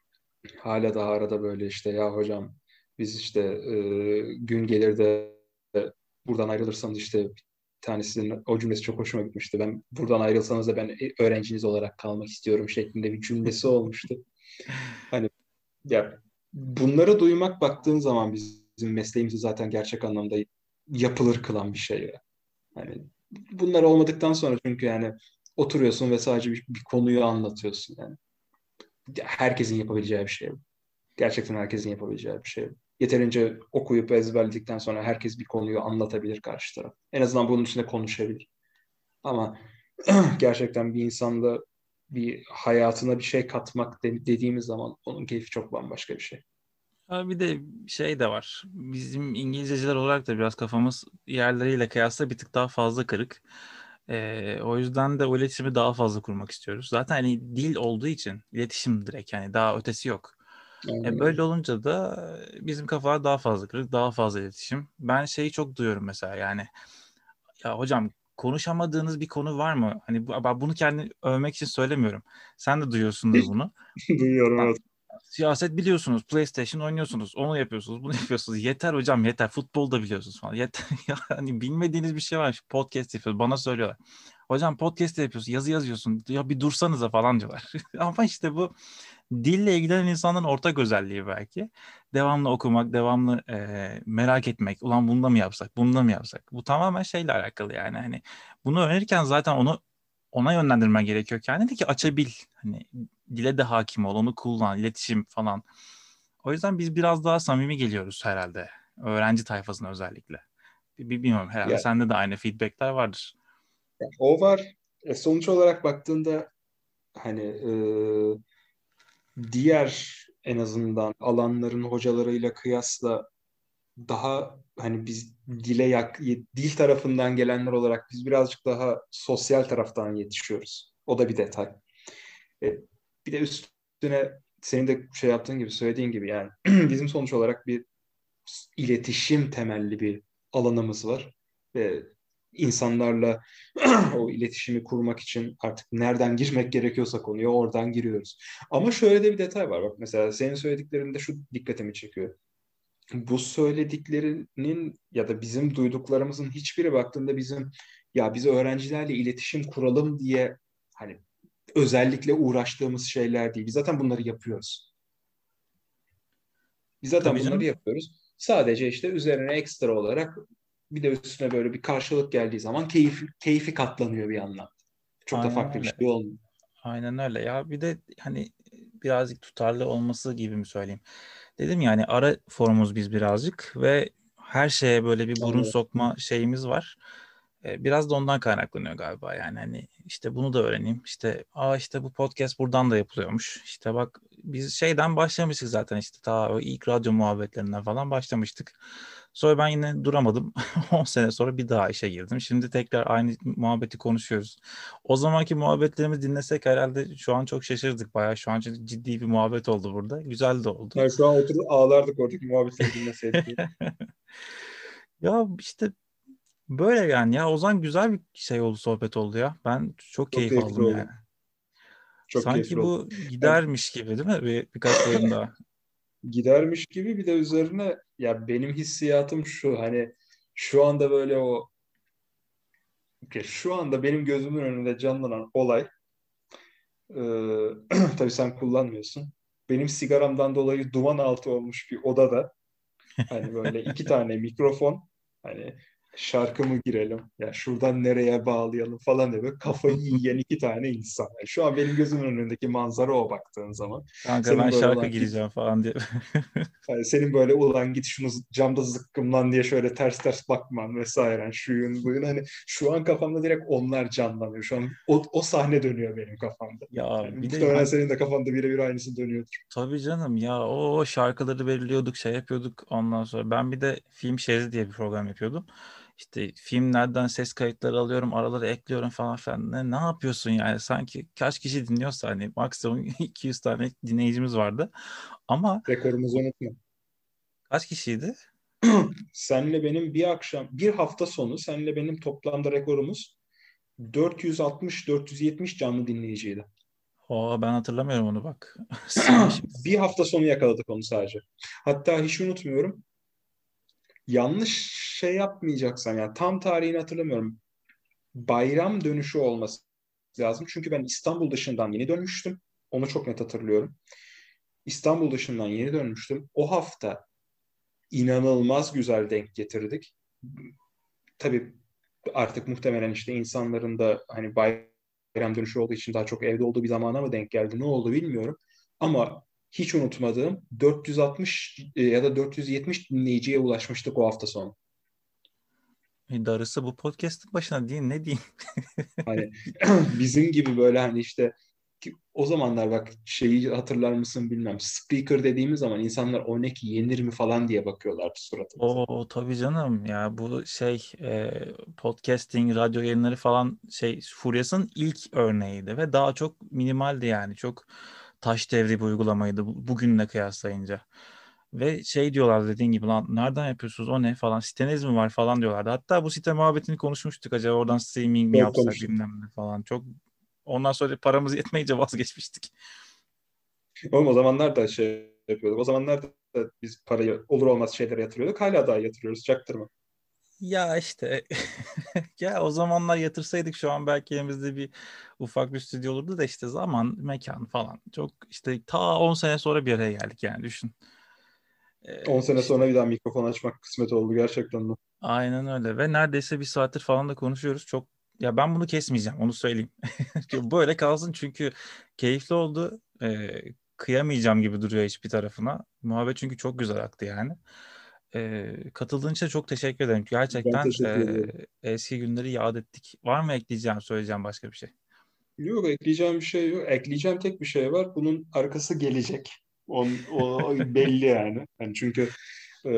Speaker 2: Hala daha arada böyle işte ya hocam biz işte gün gelir de buradan ayrılırsanız işte bir tanesinin o cümlesi çok hoşuma gitmişti. Ben buradan ayrılsanız da ben öğrenciniz olarak kalmak istiyorum şeklinde bir cümlesi olmuştu. Hani ya bunları duymak baktığın zaman bizim mesleğimizi zaten gerçek anlamda yapılır kılan bir şey ya. Hani bunlar olmadıktan sonra çünkü yani oturuyorsun ve sadece bir konuyu anlatıyorsun yani. Herkesin yapabileceği bir şey. Gerçekten herkesin yapabileceği bir şey. Yeterince okuyup ezberledikten sonra herkes bir konuyu anlatabilir karşı taraf. En azından bunun üstüne konuşabilir. Ama gerçekten bir insanda bir hayatına bir şey katmak dediğimiz zaman onun keyfi çok bambaşka bir şey.
Speaker 1: Ha, bir de şey de var. Bizim İngilizceler olarak da biraz kafamız yerleriyle kıyasla bir tık daha fazla kırık. O yüzden de o iletişimi daha fazla kurmak istiyoruz. Zaten hani dil olduğu için iletişim direkt, yani daha ötesi yok.
Speaker 2: Aynen öyle.
Speaker 1: Böyle olunca da bizim kafalar daha fazla kırık, daha fazla iletişim. Ben şeyi çok duyuyorum mesela, yani ya hocam konuşamadığınız bir konu var mı? Hani ben bunu kendi övmek için söylemiyorum. Sen de duyuyorsundur bunu.
Speaker 2: Duyuyorum, evet.
Speaker 1: Siyaset biliyorsunuz, PlayStation oynuyorsunuz, onu yapıyorsunuz, bunu yapıyorsunuz. Yeter hocam, yeter. Futbol da biliyorsunuz falan. Yeter. Yani bilmediğiniz bir şey var. Podcast yapıyoruz. Bana söylüyorlar. Hocam podcast de yapıyorsun, yazı yazıyorsun. Ya bir dursanıza falan diyorlar. Ama işte bu dille ilgilenen insanların ortak özelliği belki. Devamlı okumak, devamlı merak etmek. Ulan bunu da mı yapsak, bunu da mı yapsak? Bu tamamen şeyle alakalı yani. Hani bunu öğrenirken zaten ona yönlendirmen gerekiyor kendini ki açabil. Hani dile de hakim ol, onu kullan, iletişim falan. O yüzden biz biraz daha samimi geliyoruz herhalde. Öğrenci tayfasına özellikle. Bilmiyorum, herhalde
Speaker 2: Ya,
Speaker 1: sende de aynı feedbackler vardır.
Speaker 2: o var. Sonuç olarak baktığında hani diğer en azından alanların hocalarıyla kıyasla daha hani biz dil tarafından gelenler olarak biz birazcık daha sosyal taraftan yetişiyoruz. O da bir detay. E, Bir de üstüne senin de şey yaptığın gibi söylediğin gibi yani bizim sonuç olarak bir iletişim temelli bir alanımız var. ve insanlarla o iletişimi kurmak için artık nereden girmek gerekiyorsa konuya oradan giriyoruz. Ama şöyle de bir detay var. Bak mesela senin söylediklerinde şu dikkatimi çekiyor. Bu söylediklerinin ya da bizim duyduklarımızın hiçbiri baktığında bizim ya biz öğrencilerle iletişim kuralım diye hani özellikle uğraştığımız şeyler değil. Biz zaten bunları yapıyoruz. Biz zaten
Speaker 1: Tabii
Speaker 2: bunları
Speaker 1: canım.
Speaker 2: yapıyoruz. Sadece işte üzerine ekstra olarak bir de üstüne böyle bir karşılık geldiği zaman keyfi katlanıyor bir yandan. Çok da
Speaker 1: Aynen
Speaker 2: farklı bir
Speaker 1: öyle.
Speaker 2: şey olmuyor.
Speaker 1: Aynen öyle ya. Bir de hani birazcık tutarlı olması gibi mi söyleyeyim? Dedim yani ara formumuz biz birazcık ve her şeye böyle bir burun
Speaker 2: Anladım.
Speaker 1: sokma şeyimiz var. Biraz da ondan kaynaklanıyor galiba yani hani işte bunu da öğreneyim. İşte işte bu podcast buradan da yapılıyormuş. İşte bak biz şeyden başlamıştık zaten işte ta o ilk radyo muhabbetlerinden falan başlamıştık. Sonra ben yine duramadım. 10 sene sonra bir daha işe girdim. Şimdi tekrar aynı muhabbeti konuşuyoruz. O zamanki muhabbetlerimizi dinlesek herhalde şu an çok şaşırdık. Bayağı şu an ciddi bir muhabbet oldu burada. Güzel de oldu.
Speaker 2: Yani şu an oturup ağlardık oradaki muhabbetleri dinleseydik.
Speaker 1: Ya işte böyle yani ya Ozan güzel bir şey oldu sohbet oldu ya. Ben çok
Speaker 2: Çok
Speaker 1: keyif
Speaker 2: keyifli
Speaker 1: aldım yani.
Speaker 2: oldu. Çok keyifli
Speaker 1: Sanki
Speaker 2: oldu.
Speaker 1: bu
Speaker 2: Yani
Speaker 1: gidermiş gibi değil mi? Birkaç bölüm daha.
Speaker 2: gidermiş gibi bir de üzerine ya benim hissiyatım şu hani şu anda böyle şu anda benim gözümün önünde canlanan olay e, tabii sen kullanmıyorsun. Benim sigaramdan dolayı duman altı olmuş bir odada hani böyle iki tane mikrofon hani şarkı mı girelim ya şuradan nereye bağlayalım falan diye böyle kafayı yiyen iki tane insan. Yani şu an benim gözümün önündeki manzara o baktığın zaman.
Speaker 1: Kanka ben
Speaker 2: Senin böyle
Speaker 1: şarkı
Speaker 2: olan git
Speaker 1: gireceğim falan diye.
Speaker 2: yani senin böyle ulan git şunu camda zıkkımlan diye şöyle ters ters bakman vesaire. Yani şuyun buyun hani şu an kafamda direkt onlar canlanıyor. Şu an o sahne dönüyor benim kafamda.
Speaker 1: Ya
Speaker 2: Yani
Speaker 1: bir de
Speaker 2: muhtemelen senin de kafanda birebir aynısı dönüyordur.
Speaker 1: tabii canım ya o şarkıları belirliyorduk şey yapıyorduk ondan sonra ben bir de film şeridi diye bir program yapıyordum. İşte filmlerden ses kayıtları alıyorum araları ekliyorum falan filan. Ne yapıyorsun yani sanki kaç kişi dinliyorsa hani maksimum 200 tane dinleyicimiz vardı. Ama
Speaker 2: Rekorumuzu unutma.
Speaker 1: kaç kişiydi?
Speaker 2: Senle benim bir akşam, bir hafta sonu senle benim toplamda rekorumuz 460-470 canlı dinleyiciydi.
Speaker 1: Ben hatırlamıyorum onu bak. Silmişiz.
Speaker 2: Bir hafta sonu yakaladık onu sadece. Hatta hiç unutmuyorum. Yanlış şey yapmayacaksam yani tam tarihini hatırlamıyorum. Bayram dönüşü olması lazım. Çünkü ben İstanbul dışından yeni dönmüştüm. Onu çok net hatırlıyorum. İstanbul dışından yeni dönmüştüm. O hafta inanılmaz güzel denk getirdik. Tabii artık muhtemelen işte insanların da hani bayram dönüşü olduğu için daha çok evde olduğu bir zamana mı denk geldi ne oldu bilmiyorum. Ama hiç unutmadığım 460 ya da 470 dinleyiciye ulaşmıştık o hafta sonu.
Speaker 1: Darısı bu podcast'ın başına değil ne diyeyim.
Speaker 2: Hani bizim gibi böyle hani işte o zamanlar bak şeyi hatırlar mısın bilmem. Speaker dediğimiz zaman insanlar o ne ki yenir mi falan diye bakıyorlardı suratımıza.
Speaker 1: O tabii canım ya bu podcasting, radyo yayınları falan Furyas'ın ilk örneğiydi ve daha çok minimaldi yani çok taş devri bir uygulamaydı bugünle kıyaslayınca. Ve şey diyorlar dediğin gibi lan nereden yapıyorsunuz o ne falan siteniz mi var falan diyorlardı. Hatta bu site muhabbetini konuşmuştuk acaba oradan streaming mi
Speaker 2: Çok
Speaker 1: yapsak
Speaker 2: konuştuk.
Speaker 1: bilmem ne falan çok ondan sonra paramız yetmeyince vazgeçmiştik.
Speaker 2: Oğlum o zamanlar da şey yapıyorduk. O zamanlar da biz parayı olur olmaz şeylere yatırıyorduk. Hala daha yatırıyoruz. Çaktırma.
Speaker 1: Ya işte ya o zamanlar yatırsaydık şu an belki elimizde bir ufak bir stüdyo olurdu da işte zaman, mekan falan. Çok işte ta 10 sene sonra bir araya geldik yani düşün.
Speaker 2: 10 sene sonra
Speaker 1: İşte
Speaker 2: bir daha mikrofon açmak kısmet oldu gerçekten de.
Speaker 1: aynen öyle ve neredeyse bir saattir falan da konuşuyoruz. Çok ya ben bunu kesmeyeceğim onu söyleyeyim. Böyle kalsın çünkü keyifli oldu. Kıyamayacağım gibi duruyor hiçbir tarafına. Muhabbet çünkü çok güzel aktı yani. Katıldığın için çok teşekkür ederim.
Speaker 2: Ben
Speaker 1: Gerçekten
Speaker 2: teşekkür ediyorum.
Speaker 1: eski günleri yad ettik. Var mı ekleyeceğim, söyleyeceğim başka bir şey?
Speaker 2: Yok ekleyeceğim bir şey yok. Ekleyeceğim tek bir şey var. Bunun arkası gelecek. O belli yani. Yani çünkü e,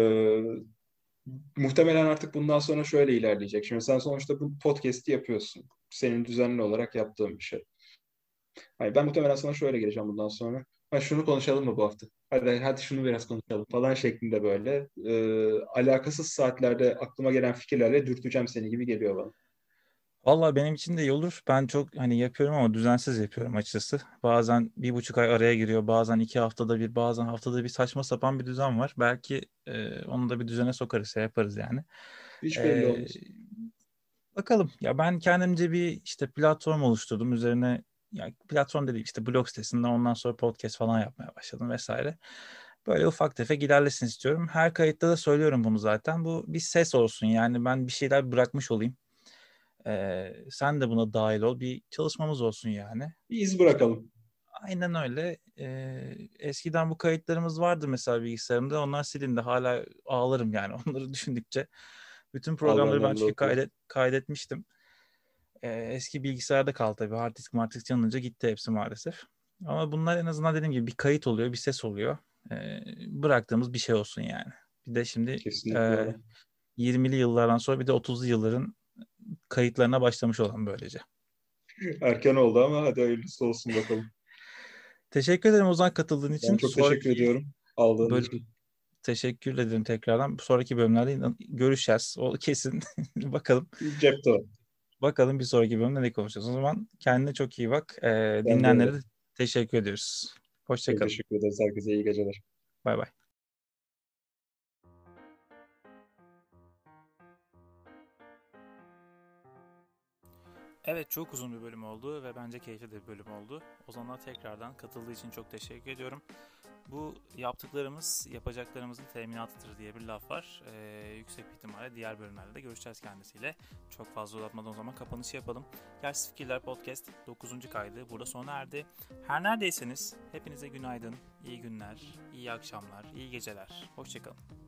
Speaker 2: muhtemelen artık bundan sonra şöyle ilerleyecek. Şimdi sen sonuçta bu podcast'i yapıyorsun. Senin düzenli olarak yaptığın bir şey. Hani ben muhtemelen sana şöyle geleceğim bundan sonra. Ha, şunu konuşalım mı bu hafta? Hadi şunu biraz konuşalım falan şeklinde böyle alakasız saatlerde aklıma gelen fikirlerle dürteceğim seni gibi geliyor bana.
Speaker 1: Vallahi benim için de iyi olur. Ben çok hani yapıyorum ama düzensiz yapıyorum açıkçası. Bazen 1,5 ay araya giriyor, bazen 2 haftada bir, bazen haftada bir, saçma sapan bir düzen var. Belki onu da bir düzene sokarız, şey yaparız yani.
Speaker 2: Hiç belli
Speaker 1: E,
Speaker 2: olmaz.
Speaker 1: Bakalım. Ya ben kendimce bir işte platform oluşturdum. Üzerine ya platform dediğim işte blog sitesinden ondan sonra podcast falan yapmaya başladım vesaire. Böyle ufak tefek ilerlesin istiyorum. Her kayıtta da söylüyorum bunu zaten. Bu bir ses olsun yani ben bir şeyler bırakmış olayım. Sen de buna dahil ol. Bir çalışmamız olsun yani.
Speaker 2: Bir iz bırakalım.
Speaker 1: Aynen öyle. Eskiden bu kayıtlarımız vardı mesela bilgisayarımda. Onlar silindi. Hala ağlarım yani onları düşündükçe. Bütün
Speaker 2: Al
Speaker 1: programları ben
Speaker 2: benden de
Speaker 1: çünkü
Speaker 2: oku.
Speaker 1: kaydetmiştim. Eski bilgisayarda kaldı tabii. Hard disk mardisk yanınca gitti hepsi maalesef. Ama bunlar en azından dediğim gibi bir kayıt oluyor, bir ses oluyor. Bıraktığımız bir şey olsun yani. Bir de şimdi
Speaker 2: Kesinlikle
Speaker 1: e,
Speaker 2: öyle.
Speaker 1: 20'li yıllardan sonra bir de 30'lu yılların kayıtlarına başlamış olan böylece.
Speaker 2: Erken oldu ama hadi hayırlısı olsun bakalım.
Speaker 1: Teşekkür ederim Ozan katıldığın
Speaker 2: Ben
Speaker 1: için.
Speaker 2: çok teşekkür
Speaker 1: Sonraki
Speaker 2: ediyorum aldığın
Speaker 1: bölüm
Speaker 2: için.
Speaker 1: teşekkür ederim tekrardan. Sonraki bölümlerde görüşeceğiz. O kesin. Bakalım.
Speaker 2: Cepte o.
Speaker 1: Bakalım bir sonraki bölümde ne konuşacağız. O zaman kendine çok iyi bak.
Speaker 2: Ben de
Speaker 1: Dinleyenlere
Speaker 2: öyle.
Speaker 1: de teşekkür ediyoruz. Hoşça
Speaker 2: Çok
Speaker 1: kalın.
Speaker 2: teşekkür ederiz. Herkese iyi geceler.
Speaker 1: Bay bay. Evet çok uzun bir bölüm oldu ve bence keyifli de bir bölüm oldu. Ozan'a tekrardan katıldığı için çok teşekkür ediyorum. Bu yaptıklarımız yapacaklarımızın teminatıdır diye bir laf var. Yüksek bir ihtimalle diğer bölümlerde de görüşeceğiz kendisiyle. Çok fazla uzatmadan o zaman kapanışı yapalım. Yersiz Fikirler Podcast 9. kaydı burada sona erdi. Her neredeyseniz hepinize günaydın, iyi günler, iyi akşamlar, iyi geceler. Hoşçakalın.